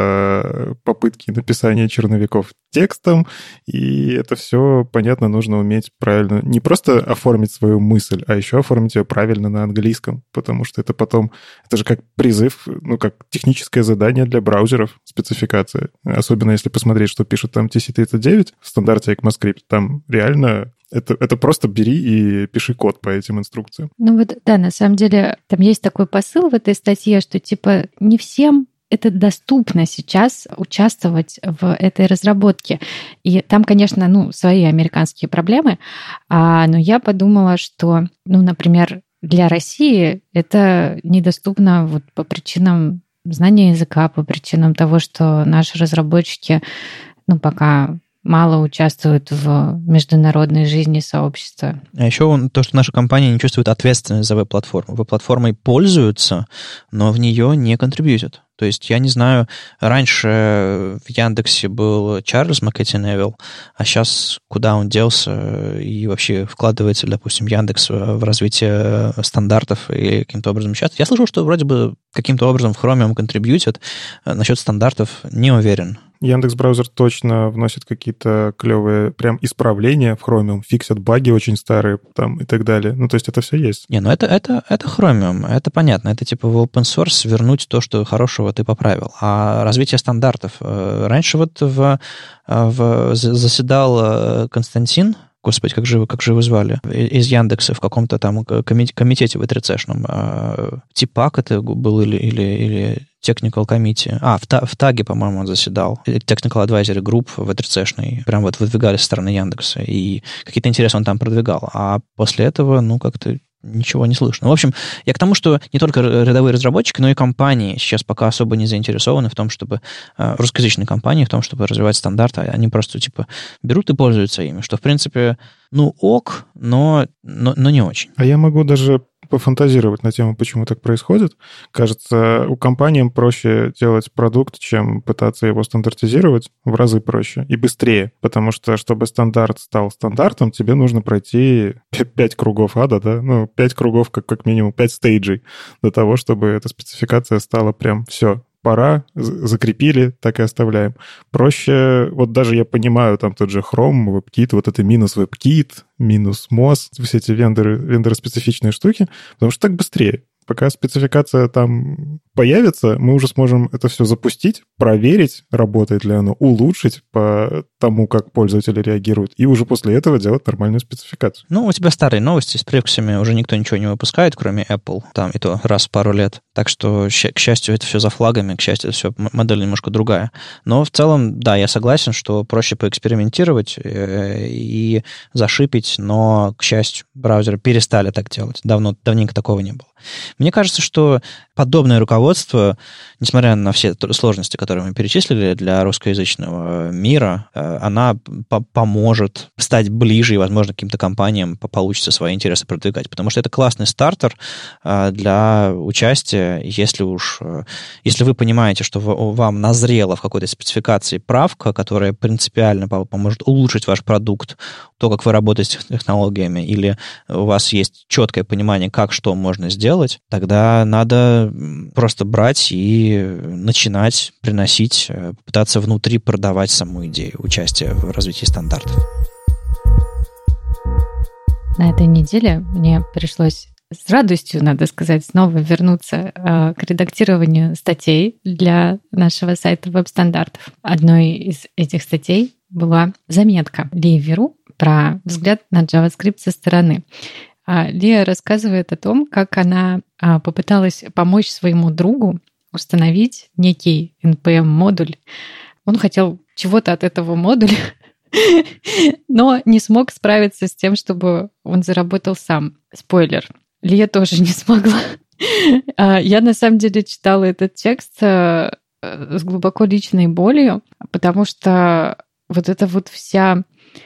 это попытки написания черновиков текстом, и это все, понятно, нужно уметь правильно, не просто оформить свою мысль, а еще оформить ее правильно на английском, потому что это потом, это же как призыв, ну, как техническое задание для браузеров, спецификация. Особенно если посмотреть, что пишет там ти си тридцать девять в стандарте ECMAScript, там реально... Это, это просто бери и пиши код по этим инструкциям. Ну вот, да, на самом деле там есть такой посыл в этой статье, что типа не всем это доступно сейчас участвовать в этой разработке. И там, конечно, ну, свои американские проблемы, а, но я подумала, что, ну, например, для России это недоступно вот по причинам знания языка, по причинам того, что наши разработчики, ну, пока... мало участвуют в международной жизни сообщества. А еще то, что наша компания не чувствует ответственность за веб-платформу. Веб-платформой пользуются, но в нее не контрибьютят. То есть, я не знаю, раньше в Яндексе был Чарльз Маккетти-Невилл, а сейчас куда он делся и вообще вкладывается, допустим, Яндекс в развитие стандартов и каким-то образом участвует. Я слышал, что вроде бы каким-то образом в Chromium контрибьютят. Насчет стандартов не уверен. Яндекс.Браузер точно вносит какие-то клевые прям исправления в Chromium, фиксят баги очень старые там и так далее. Ну, то есть это все есть. Не, ну это, это, это Chromium, это понятно. Это типа в open source вернуть то, что хорошего ты поправил. А развитие стандартов. Раньше вот в, в, заседал Константин, господи, как же, как же его звали, из Яндекса в каком-то там комитете ви три си-шном. Типак это был или, или, или Technical Committee. А, в, в ТАГе, по-моему, он заседал. Technical Advisory Group ви три си-шный. Прям вот выдвигали со стороны Яндекса. И какие-то интересы он там продвигал. А после этого, ну, как-то ничего не слышно. В общем, я к тому, что не только рядовые разработчики, но и компании сейчас пока особо не заинтересованы в том, чтобы... русскоязычные компании в том, чтобы развивать стандарты. Они просто, типа, берут и пользуются ими. Что, в принципе, ну, ок, но, но, но не очень. А я могу даже пофантазировать на тему, почему так происходит. Кажется, у компаниям проще делать продукт, чем пытаться его стандартизировать, в разы проще и быстрее, потому что, чтобы стандарт стал стандартом, тебе нужно пройти пять кругов ада, да, ну, пять кругов, как, как минимум, пять стейджей до того, чтобы эта спецификация стала прям все. Пора, закрепили, так и оставляем. Проще, вот даже я понимаю, там тот же Chrome, WebKit, вот это минус WebKit, минус моз, все эти вендоры, вендоры-специфичные штуки, потому что так быстрее. Пока спецификация там появится, мы уже сможем это все запустить, проверить, работает ли оно, улучшить по тому, как пользователи реагируют, и уже после этого делать нормальную спецификацию. Ну, у тебя старые новости с префиксами, уже никто ничего не выпускает, кроме Apple, там и то раз в пару лет. Так что, к счастью, это все за флагами, к счастью, это все модель немножко другая. Но в целом, да, я согласен, что проще поэкспериментировать и зашипить, но, к счастью, браузеры перестали так делать. Давно, давненько такого не было. Мне кажется, что подобное руководство, несмотря на все сложности, которые мы перечислили для русскоязычного мира, она по- поможет стать ближе и, возможно, каким-то компаниям получится свои интересы продвигать. Потому что это классный стартер для участия, если уж если вы понимаете, что вам назрела в какой-то спецификации правка, которая принципиально поможет улучшить ваш продукт, то, как вы работаете с технологиями, или у вас есть четкое понимание, как что можно сделать, тогда надо просто брать и начинать приносить, пытаться внутри продавать саму идею участия в развитии стандартов. На этой неделе мне пришлось с радостью, надо сказать, снова вернуться э, к редактированию статей для нашего сайта веб-стандартов. Одной из этих статей была заметка Лии Веру про взгляд на JavaScript со стороны. А Лия рассказывает о том, как она а, попыталась помочь своему другу установить некий эн пи эм-модуль. Он хотел чего-то от этого модуля, но не смог справиться с тем, чтобы он заработал сам. Спойлер. Лия тоже не смогла. Я на самом деле читала этот текст с глубоко личной болью, потому что вот эта вот вся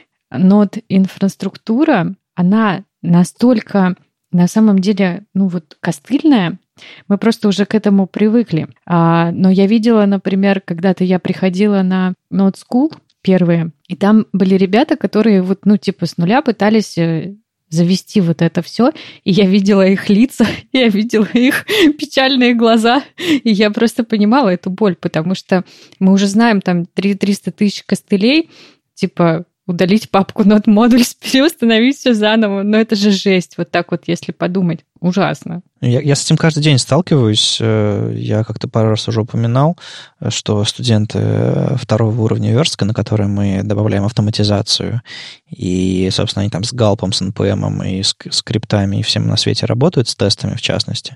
нод-инфраструктура, она настолько на самом деле, ну вот костыльная, мы просто уже к этому привыкли. Но я видела, например, когда-то я приходила на Node School первые, и там были ребята, которые вот, ну, типа с нуля пытались завести вот это все, и я видела их лица, я видела их печальные глаза, и я просто понимала эту боль, потому что мы уже знаем там триста тысяч костылей, типа удалить папку node-modules, переустановить все заново, но это же жесть, вот так вот, если подумать. Ужасно. Я, я с этим каждый день сталкиваюсь. Я как-то пару раз уже упоминал, что студенты второго уровня верстка, на которые мы добавляем автоматизацию, и, собственно, они там с галпом, с эн пи эм и с скриптами и всем на свете работают, с тестами в частности.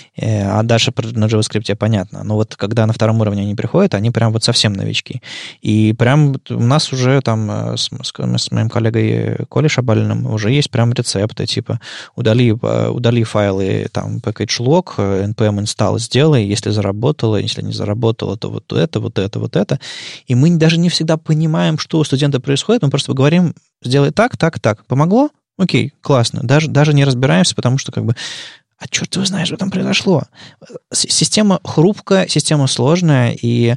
А дальше на JavaScript понятно. Но вот когда на втором уровне они приходят, они прям вот совсем новички. И прям у нас уже там с, с моим коллегой Колей Шабалиным уже есть прям рецепты, типа удали, удали файлы, там, package-log, эн пи эм install сделай, если заработало, если не заработало, то вот это, вот это, вот это. И мы даже не всегда понимаем, что у студента происходит, мы просто говорим, сделай так, так, так. Помогло? Окей, классно. Даже, даже не разбираемся, потому что как бы а черт его знает, что там произошло. Система хрупкая, система сложная, и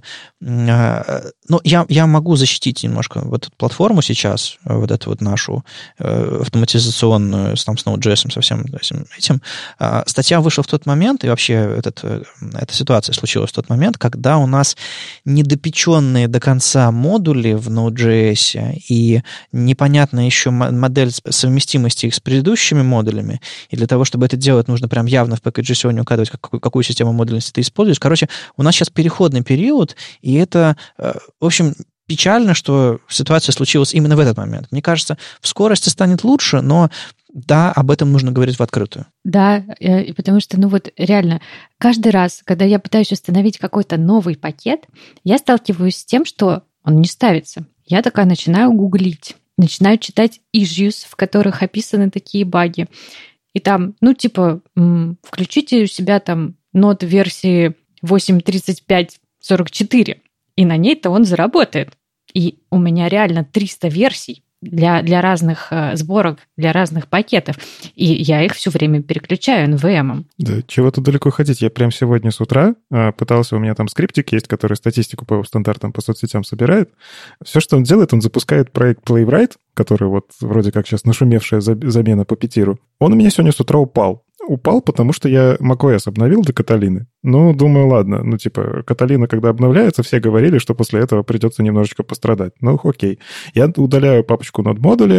э, ну, я, я могу защитить немножко вот эту платформу сейчас, вот эту вот нашу э, автоматизационную, там, с Node.js, со всем этим. Э, статья вышла в тот момент, и вообще этот, э, эта ситуация случилась в тот момент, когда у нас недопеченные до конца модули в Node.js, и непонятная еще модель совместимости их с предыдущими модулями, и для того, чтобы это делать, нужно прям явно в package.js указывать, какую, какую систему модульности ты используешь. Короче, у нас сейчас переходный период, и это, в общем, печально, что ситуация случилась именно в этот момент. Мне кажется, в скорости станет лучше, но да, об этом нужно говорить в открытую. Да, и потому что, ну вот реально, каждый раз, когда я пытаюсь установить какой-то новый пакет, я сталкиваюсь с тем, что он не ставится. Я такая начинаю гуглить, начинаю читать issues, в которых описаны такие баги. И там, ну, типа, включите у себя там нод версии восемь тридцать пять сорок четыре, и на ней-то он заработает. И у меня реально триста версий для, для разных сборок, для разных пакетов. И я их все время переключаю эн ви эм. Да, чего-то далеко ходить. Я прям сегодня с утра пытался, у меня там скриптик есть, который статистику по стандартам, по соцсетям собирает. Все, что он делает, он запускает проект Playwright, который вот вроде как сейчас нашумевшая замена по Питиру. Он у меня сегодня с утра упал. Упал, потому что я macOS обновил до Каталины. Ну, думаю, ладно. Ну, типа, Каталина, когда обновляется, все говорили, что после этого придется немножечко пострадать. Ну, окей. Я удаляю папочку node-модули,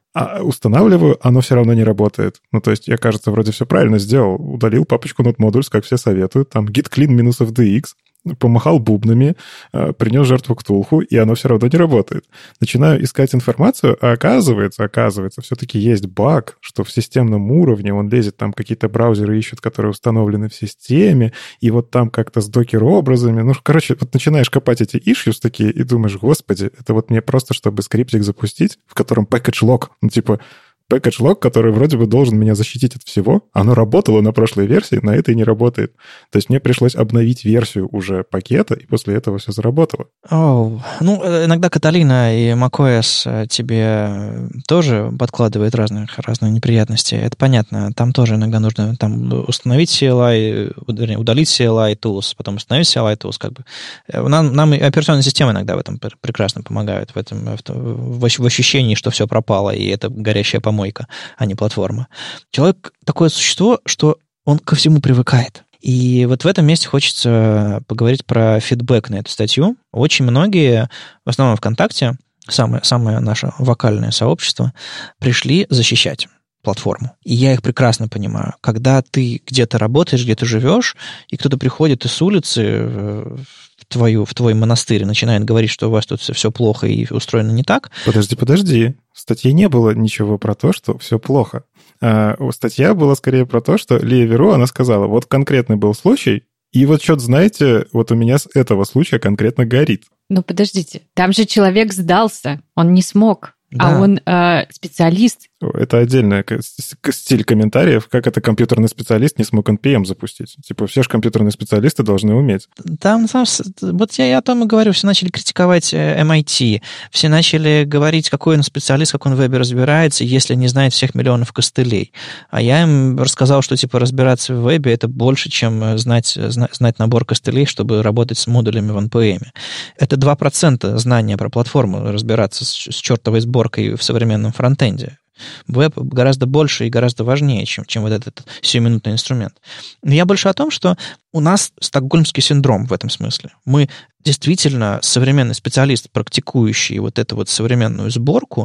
а устанавливаю, оно все равно не работает. Ну, то есть я, кажется, вроде все правильно сделал. Удалил папочку node-modules, как все советуют. Там git clean минус эф ди экс. Помахал бубнами, принес жертву Ктулху, и оно все равно не работает. Начинаю искать информацию, а оказывается, оказывается, все-таки есть баг, что в системном уровне он лезет, там какие-то браузеры ищут, которые установлены в системе, и вот там как-то с докер-образами. Ну, короче, вот начинаешь копать эти issues такие, и думаешь, господи, это вот мне просто, чтобы скриптик запустить, в котором package log, ну, типа, package log, который вроде бы должен меня защитить от всего, оно работало на прошлой версии, на этой не работает. То есть мне пришлось обновить версию уже пакета, и после этого все заработало. Oh. Ну, иногда Каталина и macOS тебе тоже подкладывают разных, разные неприятности. Это понятно. Там тоже иногда нужно там, установить си эл ай, удалить си эл ай tools, потом установить си эл ай tools. Как бы. Нам, нам операционные системы иногда в этом прекрасно помогают, в, этом, в, в ощущении, что все пропало, и это горящая помойка, а не платформа. Человек такое существо, что он ко всему привыкает. И вот в этом месте хочется поговорить про фидбэк на эту статью. Очень многие, в основном ВКонтакте, самое, самое наше вокальное сообщество, пришли защищать платформу. И я их прекрасно понимаю. Когда ты где-то работаешь, где-то живешь, и кто-то приходит из улицы в, твою, в твой монастырь и начинает говорить, что у вас тут все плохо и устроено не так. Подожди, подожди. В статье не было ничего про то, что все плохо. А, статья была скорее про то, что Лия Веру, она сказала, вот конкретный был случай, и вот что-то, знаете, вот у меня с этого случая конкретно горит. Ну, подождите, там же человек сдался, он не смог. Да. А он э, специалист. Это отдельный стиль комментариев, как это компьютерный специалист не смог эн пи эм запустить. Типа, все же компьютерные специалисты должны уметь. Там, там вот я, я о том и говорю, все начали критиковать эм ай ти, все начали говорить, какой он специалист, как он в вебе разбирается, если не знает всех миллионов костылей. А я им рассказал, что типа разбираться в вебе это больше, чем знать, знать, знать набор костылей, чтобы работать с модулями в эн пи эм. Это два процента знания про платформу, разбираться с, с чертовой сборкой в современном фронтенде. Веб гораздо больше и гораздо важнее, чем, чем вот этот сиюминутный инструмент. Но я больше о том, что у нас стокгольмский синдром в этом смысле. Мы действительно, современный специалист, практикующий вот эту вот современную сборку,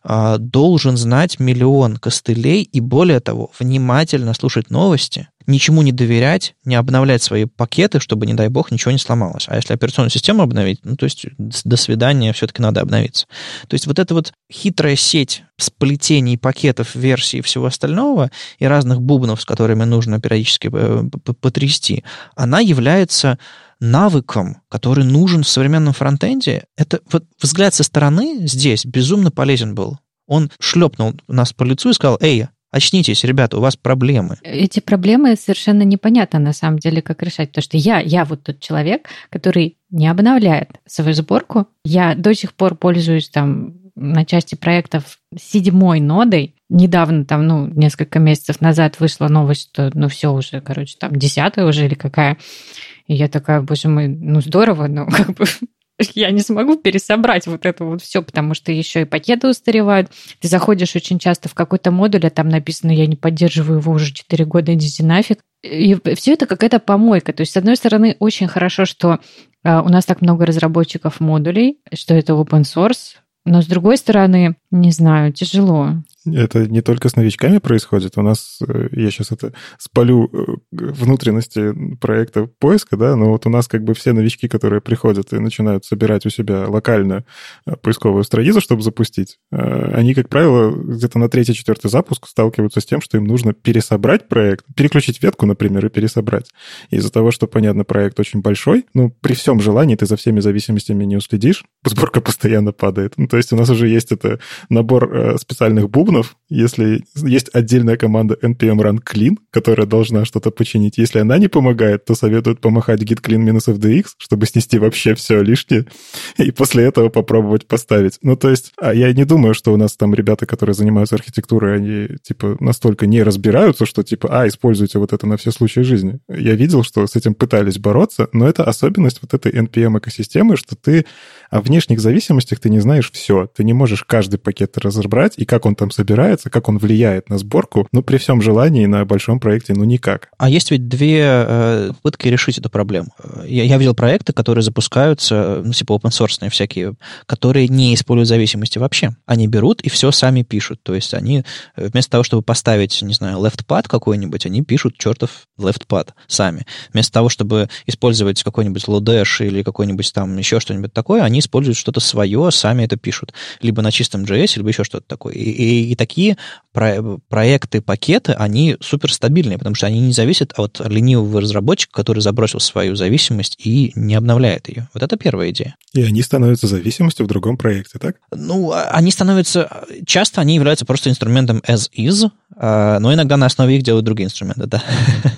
должен знать миллион костылей и, более того, внимательно слушать новости, ничему не доверять, не обновлять свои пакеты, чтобы, не дай бог, ничего не сломалось. А если операционную систему обновить, ну, то есть до свидания, все-таки надо обновиться. То есть вот эта вот хитрая сеть сплетений пакетов, версий и всего остального, и разных бубнов, с которыми нужно периодически потрясти, она является навыком, который нужен в современном фронтенде. Это вот взгляд со стороны здесь безумно полезен был. Он шлепнул нас по лицу и сказал: «Эй, очнитесь, ребята, у вас проблемы». Эти проблемы совершенно непонятно на самом деле, как решать. Потому что я, я вот тот человек, который не обновляет свою сборку. Я до сих пор пользуюсь там на части проектов седьмой нодой. Недавно, там, ну, несколько месяцев назад вышла новость, что, ну, все уже, короче, там, десятая уже или какая. И я такая, боже мой, ну, здорово, но как бы я не смогу пересобрать вот это вот все, потому что еще и пакеты устаревают. Ты заходишь очень часто в какой-то модуль, а там написано: я не поддерживаю его уже четыре года, идите нафиг. И все это какая-то помойка. То есть, с одной стороны, очень хорошо, что у нас так много разработчиков модулей, что это open source, но с другой стороны, не знаю, тяжело. Это не только с новичками происходит. У нас, я сейчас это спалю внутренности проекта поиска, да, но вот у нас как бы все новички, которые приходят и начинают собирать у себя локально поисковую страницу, чтобы запустить, они, как правило, где-то на третий-четвертый запуск сталкиваются с тем, что им нужно пересобрать проект, переключить ветку, например, и пересобрать. Из-за того, что, понятно, проект очень большой, ну, при всем желании ты за всеми зависимостями не уследишь, сборка постоянно падает. Ну, то есть у нас уже есть это набор специальных бубнов. Если есть отдельная команда эн пи эм run clean, которая должна что-то починить, если она не помогает, то советуют помахать git clean минус эф ди экс, чтобы снести вообще все лишнее, и после этого попробовать поставить. Ну, то есть, а я не думаю, что у нас там ребята, которые занимаются архитектурой, они, типа, настолько не разбираются, что, типа, а, используйте вот это на все случаи жизни. Я видел, что с этим пытались бороться, но это особенность вот этой эн пи эм-экосистемы, что ты о внешних зависимостях ты не знаешь все. Ты не можешь каждый пакет разобрать, и как он там собирается, собирается, как он влияет на сборку, ну, при всем желании на большом проекте, ну, никак. А есть ведь две э, попытки решить эту проблему. Я, я видел проекты, которые запускаются, ну, типа open-source всякие, которые не используют зависимости вообще. Они берут и все сами пишут. То есть они вместо того, чтобы поставить, не знаю, left-pad какой-нибудь, они пишут чертов left-pad сами. Вместо того, чтобы использовать какой-нибудь Lodash или какой-нибудь там еще что-нибудь такое, они используют что-то свое, сами это пишут. Либо на чистом джей эс, либо еще что-то такое. И, и, и такие про- проекты, пакеты, они суперстабильные, потому что они не зависят от ленивого разработчика, который забросил свою зависимость и не обновляет ее. Вот это первая идея. И они становятся зависимостью в другом проекте, так? Ну, они становятся... Часто они являются просто инструментом as is, но иногда на основе их делают другие инструменты, да.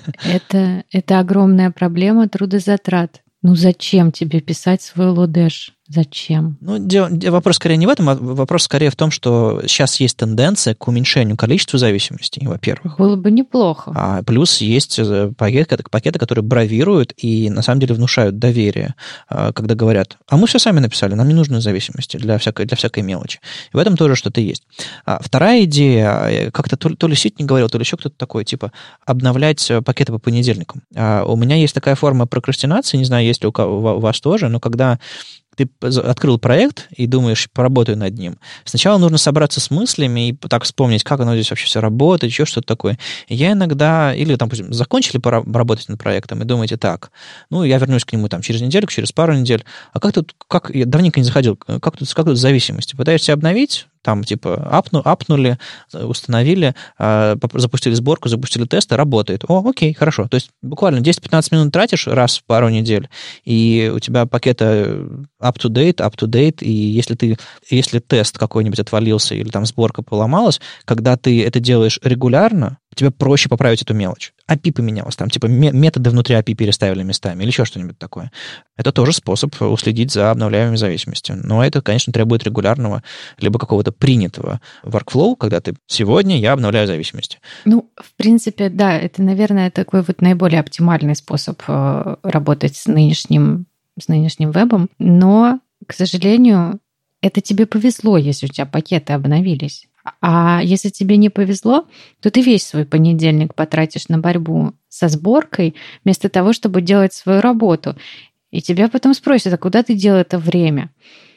Это, это огромная проблема трудозатрат. Ну, зачем тебе писать свой Lodash? Зачем? Ну, дело, вопрос скорее не в этом, а вопрос скорее в том, что сейчас есть тенденция к уменьшению количества зависимостей, во-первых. Было бы неплохо. А плюс есть пакеты, пакеты, которые бравируют и на самом деле внушают доверие, когда говорят, а мы все сами написали, нам не нужны зависимости для всякой, для всякой мелочи. И в этом тоже что-то есть. А вторая идея, как-то то, то ли Сит не говорил, то ли еще кто-то такой, типа обновлять пакеты по понедельникам. А у меня есть такая форма прокрастинации, не знаю, есть ли у, у вас тоже, но когда ты открыл проект и думаешь, поработаю над ним. Сначала нужно собраться с мыслями и так вспомнить, как оно здесь вообще все работает, еще что-то такое. И я иногда, или там, допустим, закончили поработать над проектом и думаете, так, ну, я вернусь к нему там через недельку, через пару недель, а как тут, как, я давненько не заходил, как тут, как тут зависимости? Пытаешься обновить, там, типа, апну, апнули, установили, запустили сборку, запустили тесты, работает. О, окей, хорошо. То есть буквально десять-пятнадцать минут тратишь раз в пару недель, и у тебя пакеты up-to-date, up-to-date, и если ты, если тест какой-нибудь отвалился или там сборка поломалась, когда ты это делаешь регулярно, тебе проще поправить эту мелочь. эй пи ай поменялось, там типа методы внутри эй пи ай переставили местами или еще что-нибудь такое. Это тоже способ уследить за обновляемыми зависимостями. Но это, конечно, требует регулярного либо какого-то принятого workflow, когда ты сегодня я обновляю зависимости. Ну, в принципе, да, это, наверное, такой вот наиболее оптимальный способ работать с нынешним, с нынешним вебом. Но, к сожалению, это тебе повезло, если у тебя пакеты обновились. А если тебе не повезло, то ты весь свой понедельник потратишь на борьбу со сборкой, вместо того, чтобы делать свою работу. И тебя потом спросят, а куда ты дел это время?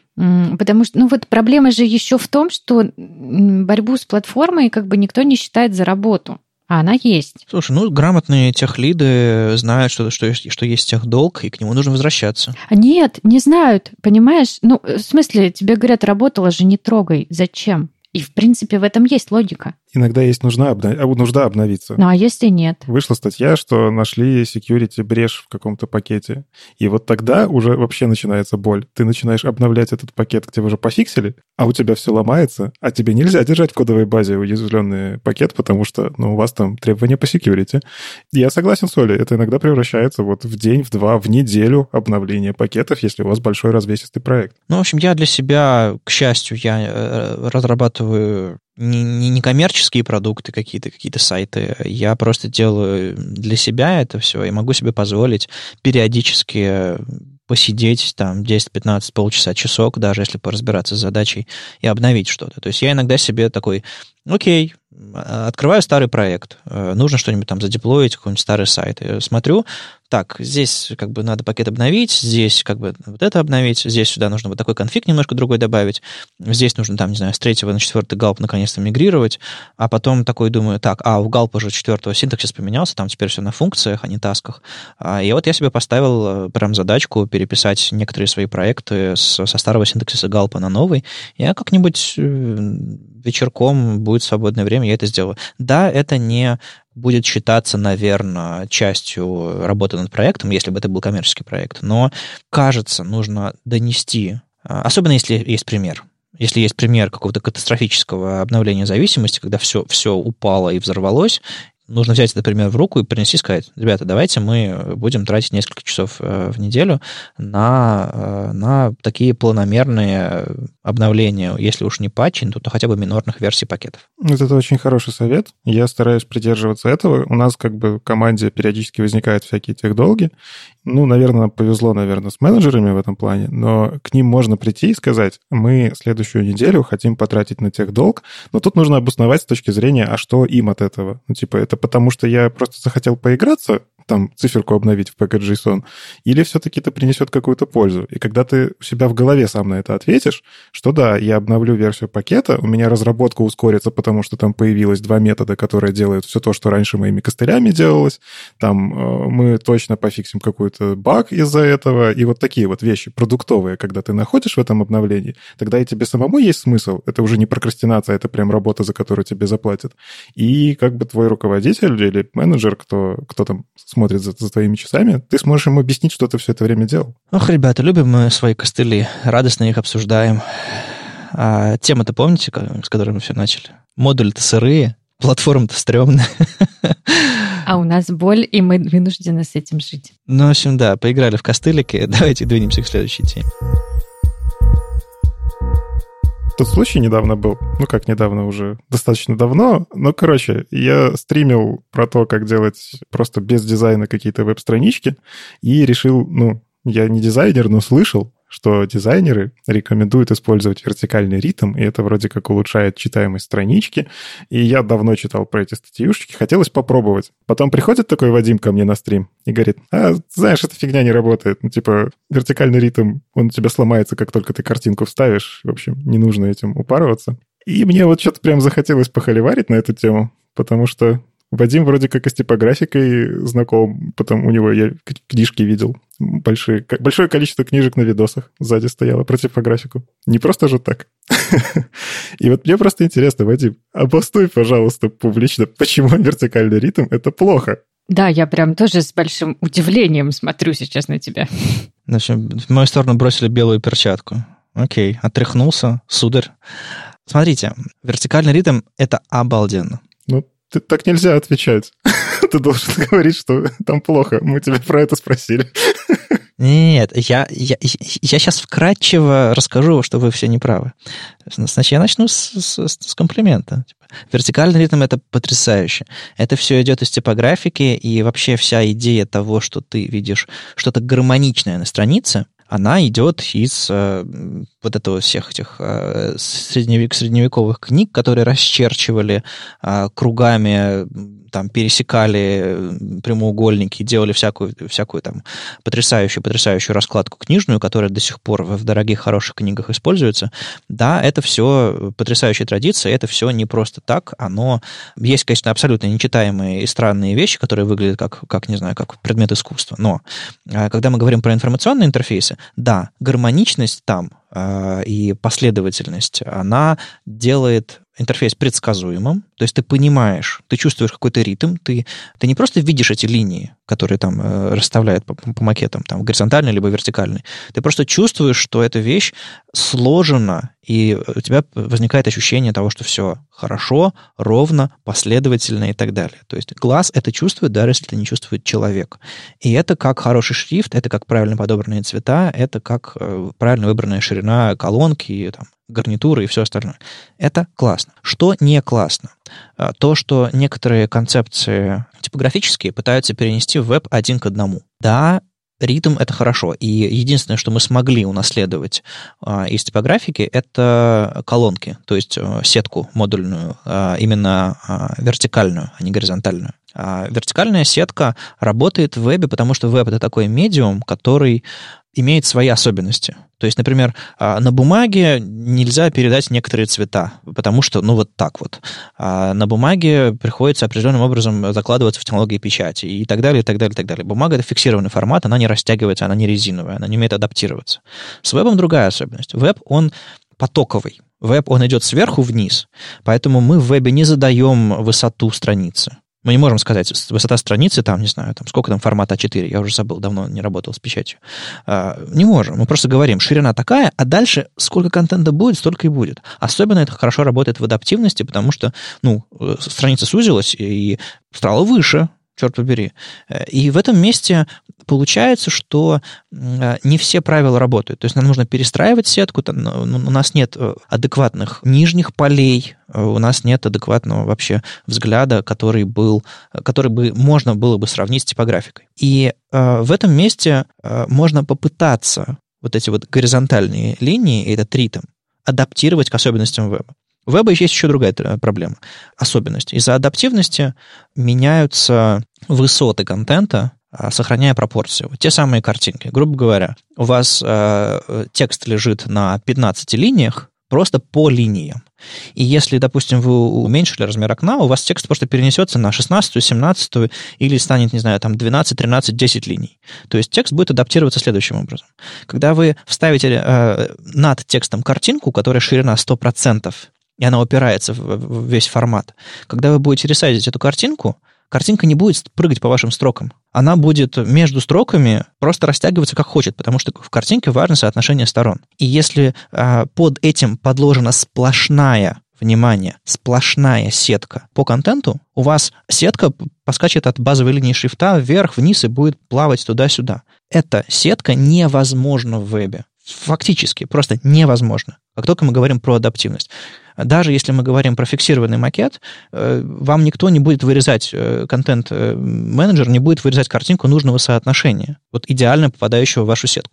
Потому что, ну вот проблема же еще в том, что борьбу с платформой как бы никто не считает за работу. А она есть. Слушай, ну, грамотные техлиды знают, что, что, что есть техдолг, и к нему нужно возвращаться. Нет, не знают, понимаешь? Ну, в смысле, тебе говорят, работала же, не трогай. Зачем? И, в принципе, в этом есть логика. Иногда есть нужна, обнов... нужда обновиться. Ну, а если нет? Вышла статья, что нашли security брешь в каком-то пакете. И вот тогда уже вообще начинается боль. Ты начинаешь обновлять этот пакет, где вы уже пофиксили, а у тебя все ломается, а тебе нельзя держать в кодовой базе уязвленный пакет, потому что ну, у вас там требования по security. Я согласен с Олей, это иногда превращается вот в день, в два, в неделю обновления пакетов, если у вас большой развесистый проект. Ну, в общем, я для себя, к счастью, я разрабатываю не, не, не коммерческие продукты какие-то, какие-то сайты. Я просто делаю для себя это все и могу себе позволить периодически посидеть там десять-пятнадцать, полчаса, часок, даже если поразбираться с задачей и обновить что-то. То есть я иногда себе такой, окей, открываю старый проект, нужно что-нибудь там задеплоить, какой-нибудь старый сайт. Я смотрю, так, здесь как бы надо пакет обновить, здесь как бы вот это обновить, здесь сюда нужно вот такой конфиг немножко другой добавить, здесь нужно там, не знаю, с третьего на четвертый галп наконец-то мигрировать, а потом такой думаю, так, а у галпа уже четвертого синтаксис поменялся, там теперь все на функциях, а не тасках. И вот я себе поставил прям задачку переписать некоторые свои проекты со старого синтаксиса галпа на новый. Я как-нибудь вечерком, будет свободное время, я это сделаю. Да, это не будет считаться, наверное, частью работы над проектом, если бы это был коммерческий проект. Но, кажется, нужно донести, особенно если есть пример. Если есть пример какого-то катастрофического обновления зависимости, когда все, все упало и взорвалось, нужно взять этот пример в руку и принести и сказать, ребята, давайте мы будем тратить несколько часов в неделю на, на такие планомерные обновления, если уж не патчи, то хотя бы минорных версий пакетов. Это очень хороший совет. Я стараюсь придерживаться этого. У нас как бы в команде периодически возникают всякие техдолги. Ну, наверное, повезло, наверное, с менеджерами в этом плане, но к ним можно прийти и сказать, мы следующую неделю хотим потратить на техдолг, но тут нужно обосновать с точки зрения, а что им от этого? Ну, типа, это потому что я просто захотел поиграться, там, циферку обновить в пи кей джей эс о эн, или все-таки это принесет какую-то пользу? И когда ты у себя в голове сам на это ответишь, что да, я обновлю версию пакета, у меня разработка ускорится, потому что там появилось два метода, которые делают все то, что раньше моими костылями делалось, там э, мы точно пофиксим какой-то баг из-за этого, и вот такие вот вещи продуктовые, когда ты находишь в этом обновлении, тогда и тебе самому есть смысл, это уже не прокрастинация, это прям работа, за которую тебе заплатят. И как бы твой руководитель или менеджер, кто, кто там смотрит за, за твоими часами, ты сможешь ему объяснить, что ты все это время делал. Ох, ребята, любим мы свои костыли, радостно их обсуждаем. А тема-то помните, с которой мы все начали? Модули-то сырые, платформа-то стрёмная. А у нас боль, и мы вынуждены с этим жить. Ну, в общем, да, поиграли в костылики, давайте двинемся к следующей теме. Тот случай недавно был, ну как недавно, уже достаточно давно, но, короче, я стримил про то, как делать просто без дизайна какие-то веб-странички, и решил, ну, я не дизайнер, но слышал, что дизайнеры рекомендуют использовать вертикальный ритм, и это вроде как улучшает читаемость странички. И я давно читал про эти статьюшки, хотелось попробовать. Потом приходит такой Вадим ко мне на стрим и говорит, а, знаешь, эта фигня не работает. Ну, типа, вертикальный ритм, он у тебя сломается, как только ты картинку вставишь. В общем, не нужно этим упарываться. И мне вот что-то прям захотелось похоливарить на эту тему, потому что Вадим вроде как и с типографикой знаком, потом у него я книжки видел. Большие, большое количество книжек на видосах сзади стояло про типографику. Не просто же так. И вот мне просто интересно, Вадим, обоснуй, пожалуйста, публично, почему вертикальный ритм — это плохо. Да, я прям тоже с большим удивлением смотрю сейчас на тебя. В общем, в мою сторону бросили белую перчатку. Окей, отряхнулся, сударь. Смотрите, вертикальный ритм — это обалденно. Ну, ты, так нельзя отвечать. Ты должен говорить, что там плохо. Мы тебя про это спросили. Нет, я, я, я сейчас вкратчиво расскажу, что вы все неправы. Значит, я начну с, с, с комплимента. Вертикальный ритм — это потрясающе. Это все идет из типографики, и вообще вся идея того, что ты видишь что-то гармоничное на странице, она идет из э, вот этого всех этих э, средневек, средневековых книг, которые расчерчивали э, кругами, там, пересекали прямоугольники, делали всякую, всякую там потрясающую-потрясающую раскладку книжную, которая до сих пор в дорогих, хороших книгах используется. Да, это все потрясающая традиция, это все не просто так, оно... Есть, конечно, абсолютно нечитаемые и странные вещи, которые выглядят как, как не знаю, как предмет искусства, но когда мы говорим про информационные интерфейсы, да, гармоничность там э, и последовательность, она делает интерфейс предсказуемым, то есть ты понимаешь, ты чувствуешь какой-то ритм, ты, ты не просто видишь эти линии, которые там э, расставляют по, по макетам, там, горизонтальные либо вертикальные, ты просто чувствуешь, что эта вещь сложена, и у тебя возникает ощущение того, что все хорошо, ровно, последовательно и так далее. То есть глаз это чувствует, даже если это не чувствует человек. И это как хороший шрифт, это как правильно подобранные цвета, это как э, правильно выбранная ширина колонки, там, гарнитуры и все остальное. Это классно. Что не классно? То, что некоторые концепции типографические пытаются перенести в веб один к одному. Да, ритм — это хорошо. И единственное, что мы смогли унаследовать а, из типографики, это колонки, то есть а, сетку модульную, а, именно а, вертикальную, а не горизонтальную. А вертикальная сетка работает в вебе, потому что веб — это такой медиум, который имеет свои особенности. То есть, например, на бумаге нельзя передать некоторые цвета, потому что, ну, вот так вот. А на бумаге приходится определенным образом закладываться в технологии печати и так далее, и так далее, и так далее. Бумага — это фиксированный формат, она не растягивается, она не резиновая, она не умеет адаптироваться. С вебом другая особенность. Веб, он потоковый. Веб, он идет сверху вниз, поэтому мы в вебе не задаем высоту страницы. Мы не можем сказать, высота страницы, там, не знаю, там, сколько там формата а четыре, я уже забыл, давно не работал с печатью. А, не можем, мы просто говорим, ширина такая, а дальше сколько контента будет, столько и будет. Особенно это хорошо работает в адаптивности, потому что, ну, страница сузилась и стала выше, черт побери. И в этом месте получается, что не все правила работают. То есть нам нужно перестраивать сетку, у нас нет адекватных нижних полей, у нас нет адекватного вообще взгляда, который был, который бы можно было бы сравнить с типографикой. И в этом месте можно попытаться вот эти вот горизонтальные линии, этот ритм, адаптировать к особенностям веба. У веба есть еще другая проблема, особенность. Из-за адаптивности меняются высоты контента, сохраняя пропорции. Вот те самые картинки. Грубо говоря, у вас э, текст лежит на пятнадцати линиях, просто по линиям. И если, допустим, вы уменьшили размер окна, у вас текст просто перенесется на шестнадцатую, семнадцатую или станет, не знаю, там двенадцать, тринадцать, десять линий. То есть текст будет адаптироваться следующим образом. Когда вы вставите э, над текстом картинку, которая ширина сто процентов, и она упирается в весь формат. Когда вы будете ресайзить эту картинку, картинка не будет прыгать по вашим строкам. Она будет между строками просто растягиваться как хочет, потому что в картинке важно соотношение сторон. И если а, под этим подложена сплошная, внимание, сплошная сетка по контенту, у вас сетка поскачет от базовой линии шрифта вверх, вниз и будет плавать туда-сюда. Эта сетка невозможна в вебе. Фактически, просто невозможно. Как только мы говорим про адаптивность. Даже если мы говорим про фиксированный макет, вам никто не будет вырезать, контент-менеджер не будет вырезать картинку нужного соотношения, вот идеально попадающего в вашу сетку.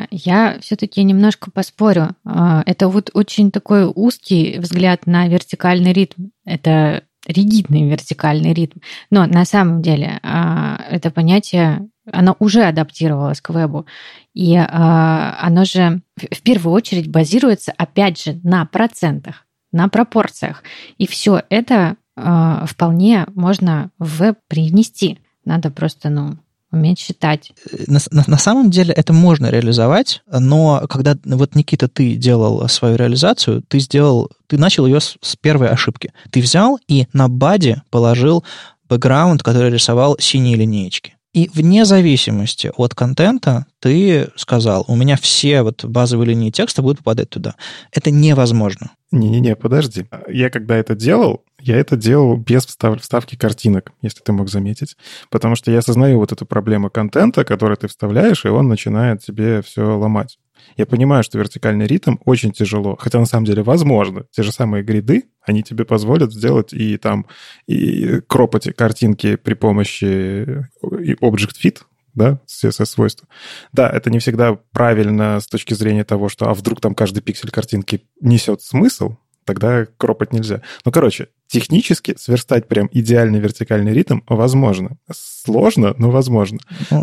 Я все-таки немножко поспорю. Это вот очень такой узкий взгляд на вертикальный ритм. Это ригидный вертикальный ритм. Но на самом деле это понятие, оно уже адаптировалось к вебу. И оно же в первую очередь базируется, опять же, на процентах, на пропорциях. И все это вполне можно в веб привнести. Надо просто, ну, уметь считать. На, на, на самом деле это можно реализовать, но когда вот, Никита, ты делал свою реализацию, ты сделал, ты начал ее с, с первой ошибки. Ты взял и на баде положил бэкграунд, который рисовал синие линеечки. И вне зависимости от контента ты сказал, у меня все вот базовые линии текста будут попадать туда. Это невозможно. Не-не-не, подожди. Я когда это делал, я это делал без встав- вставки картинок, если ты мог заметить. Потому что я осознаю вот эту проблему контента, который ты вставляешь, и он начинает тебе все ломать. Я понимаю, что вертикальный ритм очень тяжело, хотя на самом деле возможно. Те же самые гриды, они тебе позволят сделать и там и кропать картинки при помощи Object Fit, да, си эс эс-свойства. Да, это не всегда правильно с точки зрения того, что а вдруг там каждый пиксель картинки несет смысл, тогда кропать нельзя. Ну, короче, технически сверстать прям идеальный вертикальный ритм возможно. Сложно, но возможно.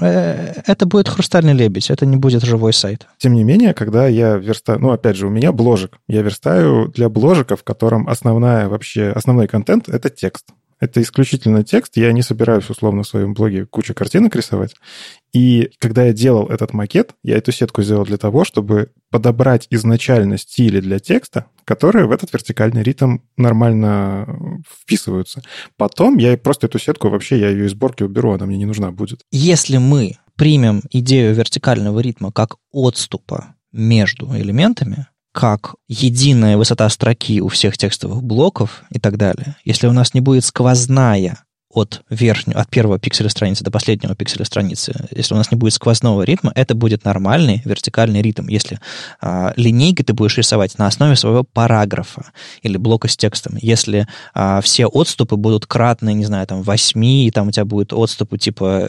Это будет хрустальный лебедь, это не будет живой сайт. Тем не менее, когда я верстаю... Ну, опять же, у меня бложек. Я верстаю для бложика, в котором основная вообще... Основной контент — это текст. Это исключительно текст. Я не собираюсь, условно, в своем блоге кучу картинок рисовать. И когда я делал этот макет, я эту сетку сделал для того, чтобы подобрать изначально стили для текста, которые в этот вертикальный ритм нормально вписываются. Потом я просто эту сетку, вообще я ее из сборки уберу, она мне не нужна будет. Если мы примем идею вертикального ритма как отступа между элементами, как единая высота строки у всех текстовых блоков и так далее, если у нас не будет сквозная от верхнего, от первого пикселя страницы до последнего пикселя страницы, если у нас не будет сквозного ритма, это будет нормальный вертикальный ритм. Если а, линейкой ты будешь рисовать на основе своего параграфа или блока с текстом, если а, все отступы будут кратны, не знаю, там, восемь, и там у тебя будут отступы типа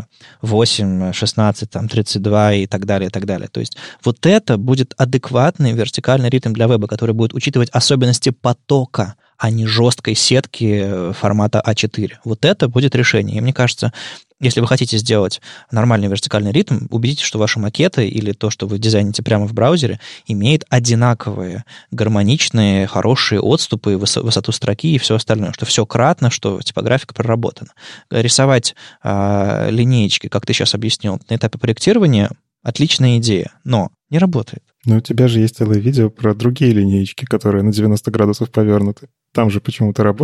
восемь, шестнадцать, там, тридцать два и так далее, и так далее. То есть вот это будет адекватный вертикальный ритм для веба, который будет учитывать особенности потока, а не жесткой сетки формата а четыре. Вот это будет решение. И мне кажется, если вы хотите сделать нормальный вертикальный ритм, убедитесь, что ваши макеты или то, что вы дизайните прямо в браузере, имеет одинаковые, гармоничные, хорошие отступы, высоту строки и все остальное, что все кратно, что типографика проработана. Рисовать а, линеечки, как ты сейчас объяснил, на этапе проектирования — отличная идея, но не работает. Но у тебя же есть целое видео про другие линеечки, которые на девяносто градусов повернуты. Там же почему-то работает.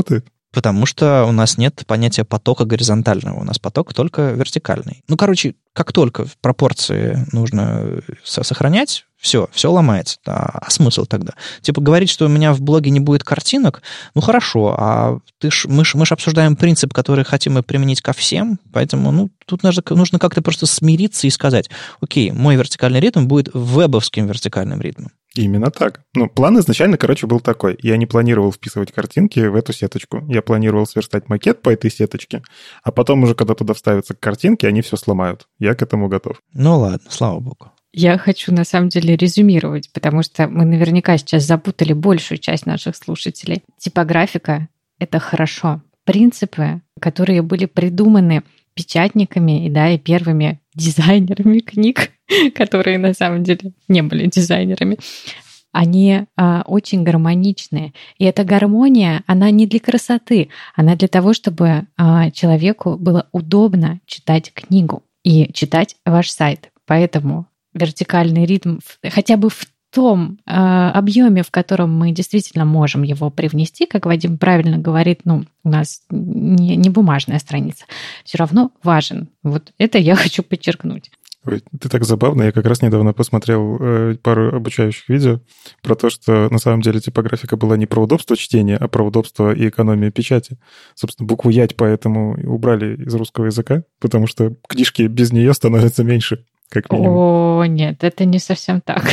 Потому что у нас нет понятия потока горизонтального, у нас поток только вертикальный. Ну, короче, как только в пропорции нужно сохранять, все, все ломается. А, а смысл тогда? Типа говорить, что у меня в блоге не будет картинок, ну хорошо, а ты ж, мы же мы ж обсуждаем принцип, который хотим мы применить ко всем, поэтому ну, тут нужно, нужно как-то просто смириться и сказать, окей, мой вертикальный ритм будет вебовским вертикальным ритмом. Именно так. Ну, план изначально, короче, был такой. Я не планировал вписывать картинки в эту сеточку. Я планировал сверстать макет по этой сеточке, а потом уже, когда туда вставятся картинки, они все сломают. Я к этому готов. Ну ладно, слава богу. Я хочу, на самом деле, резюмировать, потому что мы наверняка сейчас запутали большую часть наших слушателей. Типографика — это хорошо. Принципы, которые были придуманы печатниками и, да, и первыми дизайнерами книг, которые на самом деле не были дизайнерами, они а, очень гармоничные. И эта гармония, она не для красоты, она для того, чтобы а, человеку было удобно читать книгу и читать ваш сайт. Поэтому вертикальный ритм хотя бы в том э, объеме, в котором мы действительно можем его привнести, как Вадим правильно говорит, ну, у нас не, не бумажная страница, все равно важен. Вот это я хочу подчеркнуть. Ой, ты так забавно. Я как раз недавно посмотрел э, пару обучающих видео про то, что на самом деле типографика была не про удобство чтения, а про удобство и экономию печати. Собственно, букву «ять» поэтому убрали из русского языка, потому что книжки без нее становятся меньше, как минимум. О, нет, это не совсем так.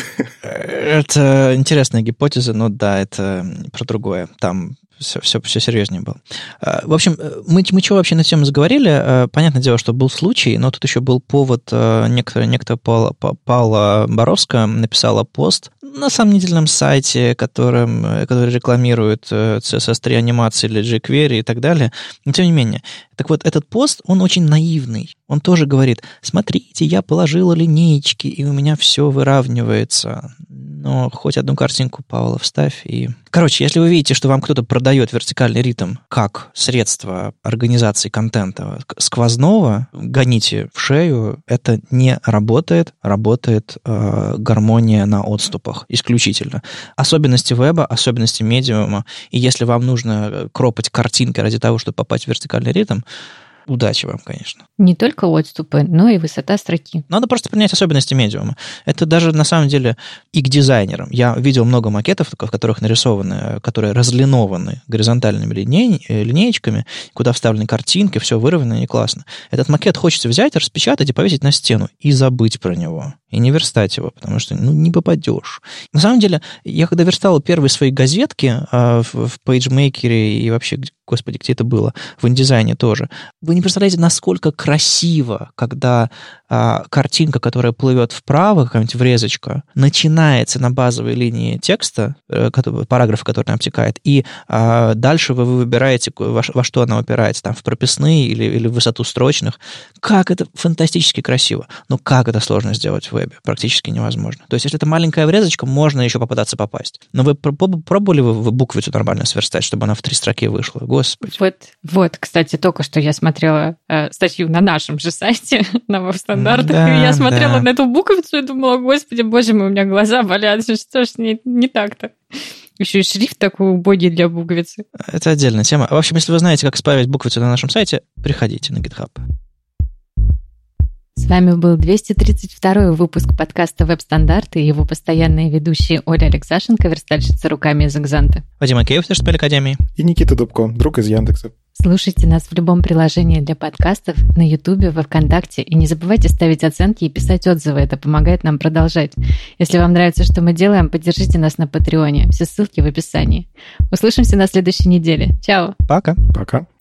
Это интересная гипотеза, но да, это про другое. Там все, все, все серьезнее было. В общем, мы, мы чего вообще на тему заговорили? Понятное дело, что был случай, но тут еще был повод. Некто, некто Паула, Паула Боровская написала пост на самом недельном сайте, которым, который рекламирует си эс эс три анимации для jQuery и так далее. Но тем не менее. Так вот, этот пост, он очень наивный. Он тоже говорит, смотрите, я положила линеечки, и у меня все выравнивается. Но хоть одну картинку, Паула, вставь. И... Короче, если вы видите, что вам кто-то продает вертикальный ритм как средство организации контента сквозного, гоните в шею. Это не работает. Работает э, гармония на отступах исключительно. Особенности веба, особенности медиума. И если вам нужно кропать картинки ради того, чтобы попасть в вертикальный ритм, удачи вам, конечно. Не только отступы, но и высота строки. Надо просто принять особенности медиума. Это даже, на самом деле, и к дизайнерам. Я видел много макетов, в которых нарисованы, которые разлинованы горизонтальными линей, линеечками, куда вставлены картинки, все выровнено и классно. Этот макет хочется взять, распечатать и повесить на стену, и забыть про него, и не верстать его, потому что ну, не попадешь. На самом деле, я когда верстал первые свои газетки а, в, в PageMaker и вообще, господи, где это было, в InDesign тоже, вы не представляете, насколько красиво, когда а, картинка, которая плывет вправо, какая-нибудь врезочка, начинается на базовой линии текста, э, параграф, который она обтекает, и а, дальше вы, вы выбираете, во, во что она упирается, там, в прописные или, или в высоту строчных. Как это фантастически красиво. Но как это сложно сделать в вебе? Практически невозможно. То есть, если это маленькая врезочка, можно еще попытаться попасть. Но вы пробовали вы, вы буквицу нормально сверстать, чтобы она в три строки вышла? Господи. Вот, вот, кстати, только что я смотрела э, статью на нашем же сайте, на веб-стандартах, да, и я смотрела да. на эту буквицу и думала, господи, боже мой, у меня глаза болят, что ж не, не так-то. Еще и шрифт такой убогий для буквицы. Это отдельная тема. В общем, если вы знаете, как исправить буквицу на нашем сайте, приходите на GitHub. С вами был двести тридцать второй выпуск подкаста «Веб-стандарты» и его постоянные ведущие Оля Алексашенко, верстальщица руками из Экзанта. Вадим Акеев, Тверской Академии. И Никита Дубко, друг из Яндекса. Слушайте нас в любом приложении для подкастов, на Ютубе, во Вконтакте. И не забывайте ставить оценки и писать отзывы. Это помогает нам продолжать. Если вам нравится, что мы делаем, поддержите нас на Патреоне. Все ссылки в описании. Услышимся на следующей неделе. Чао. Пока. Пока.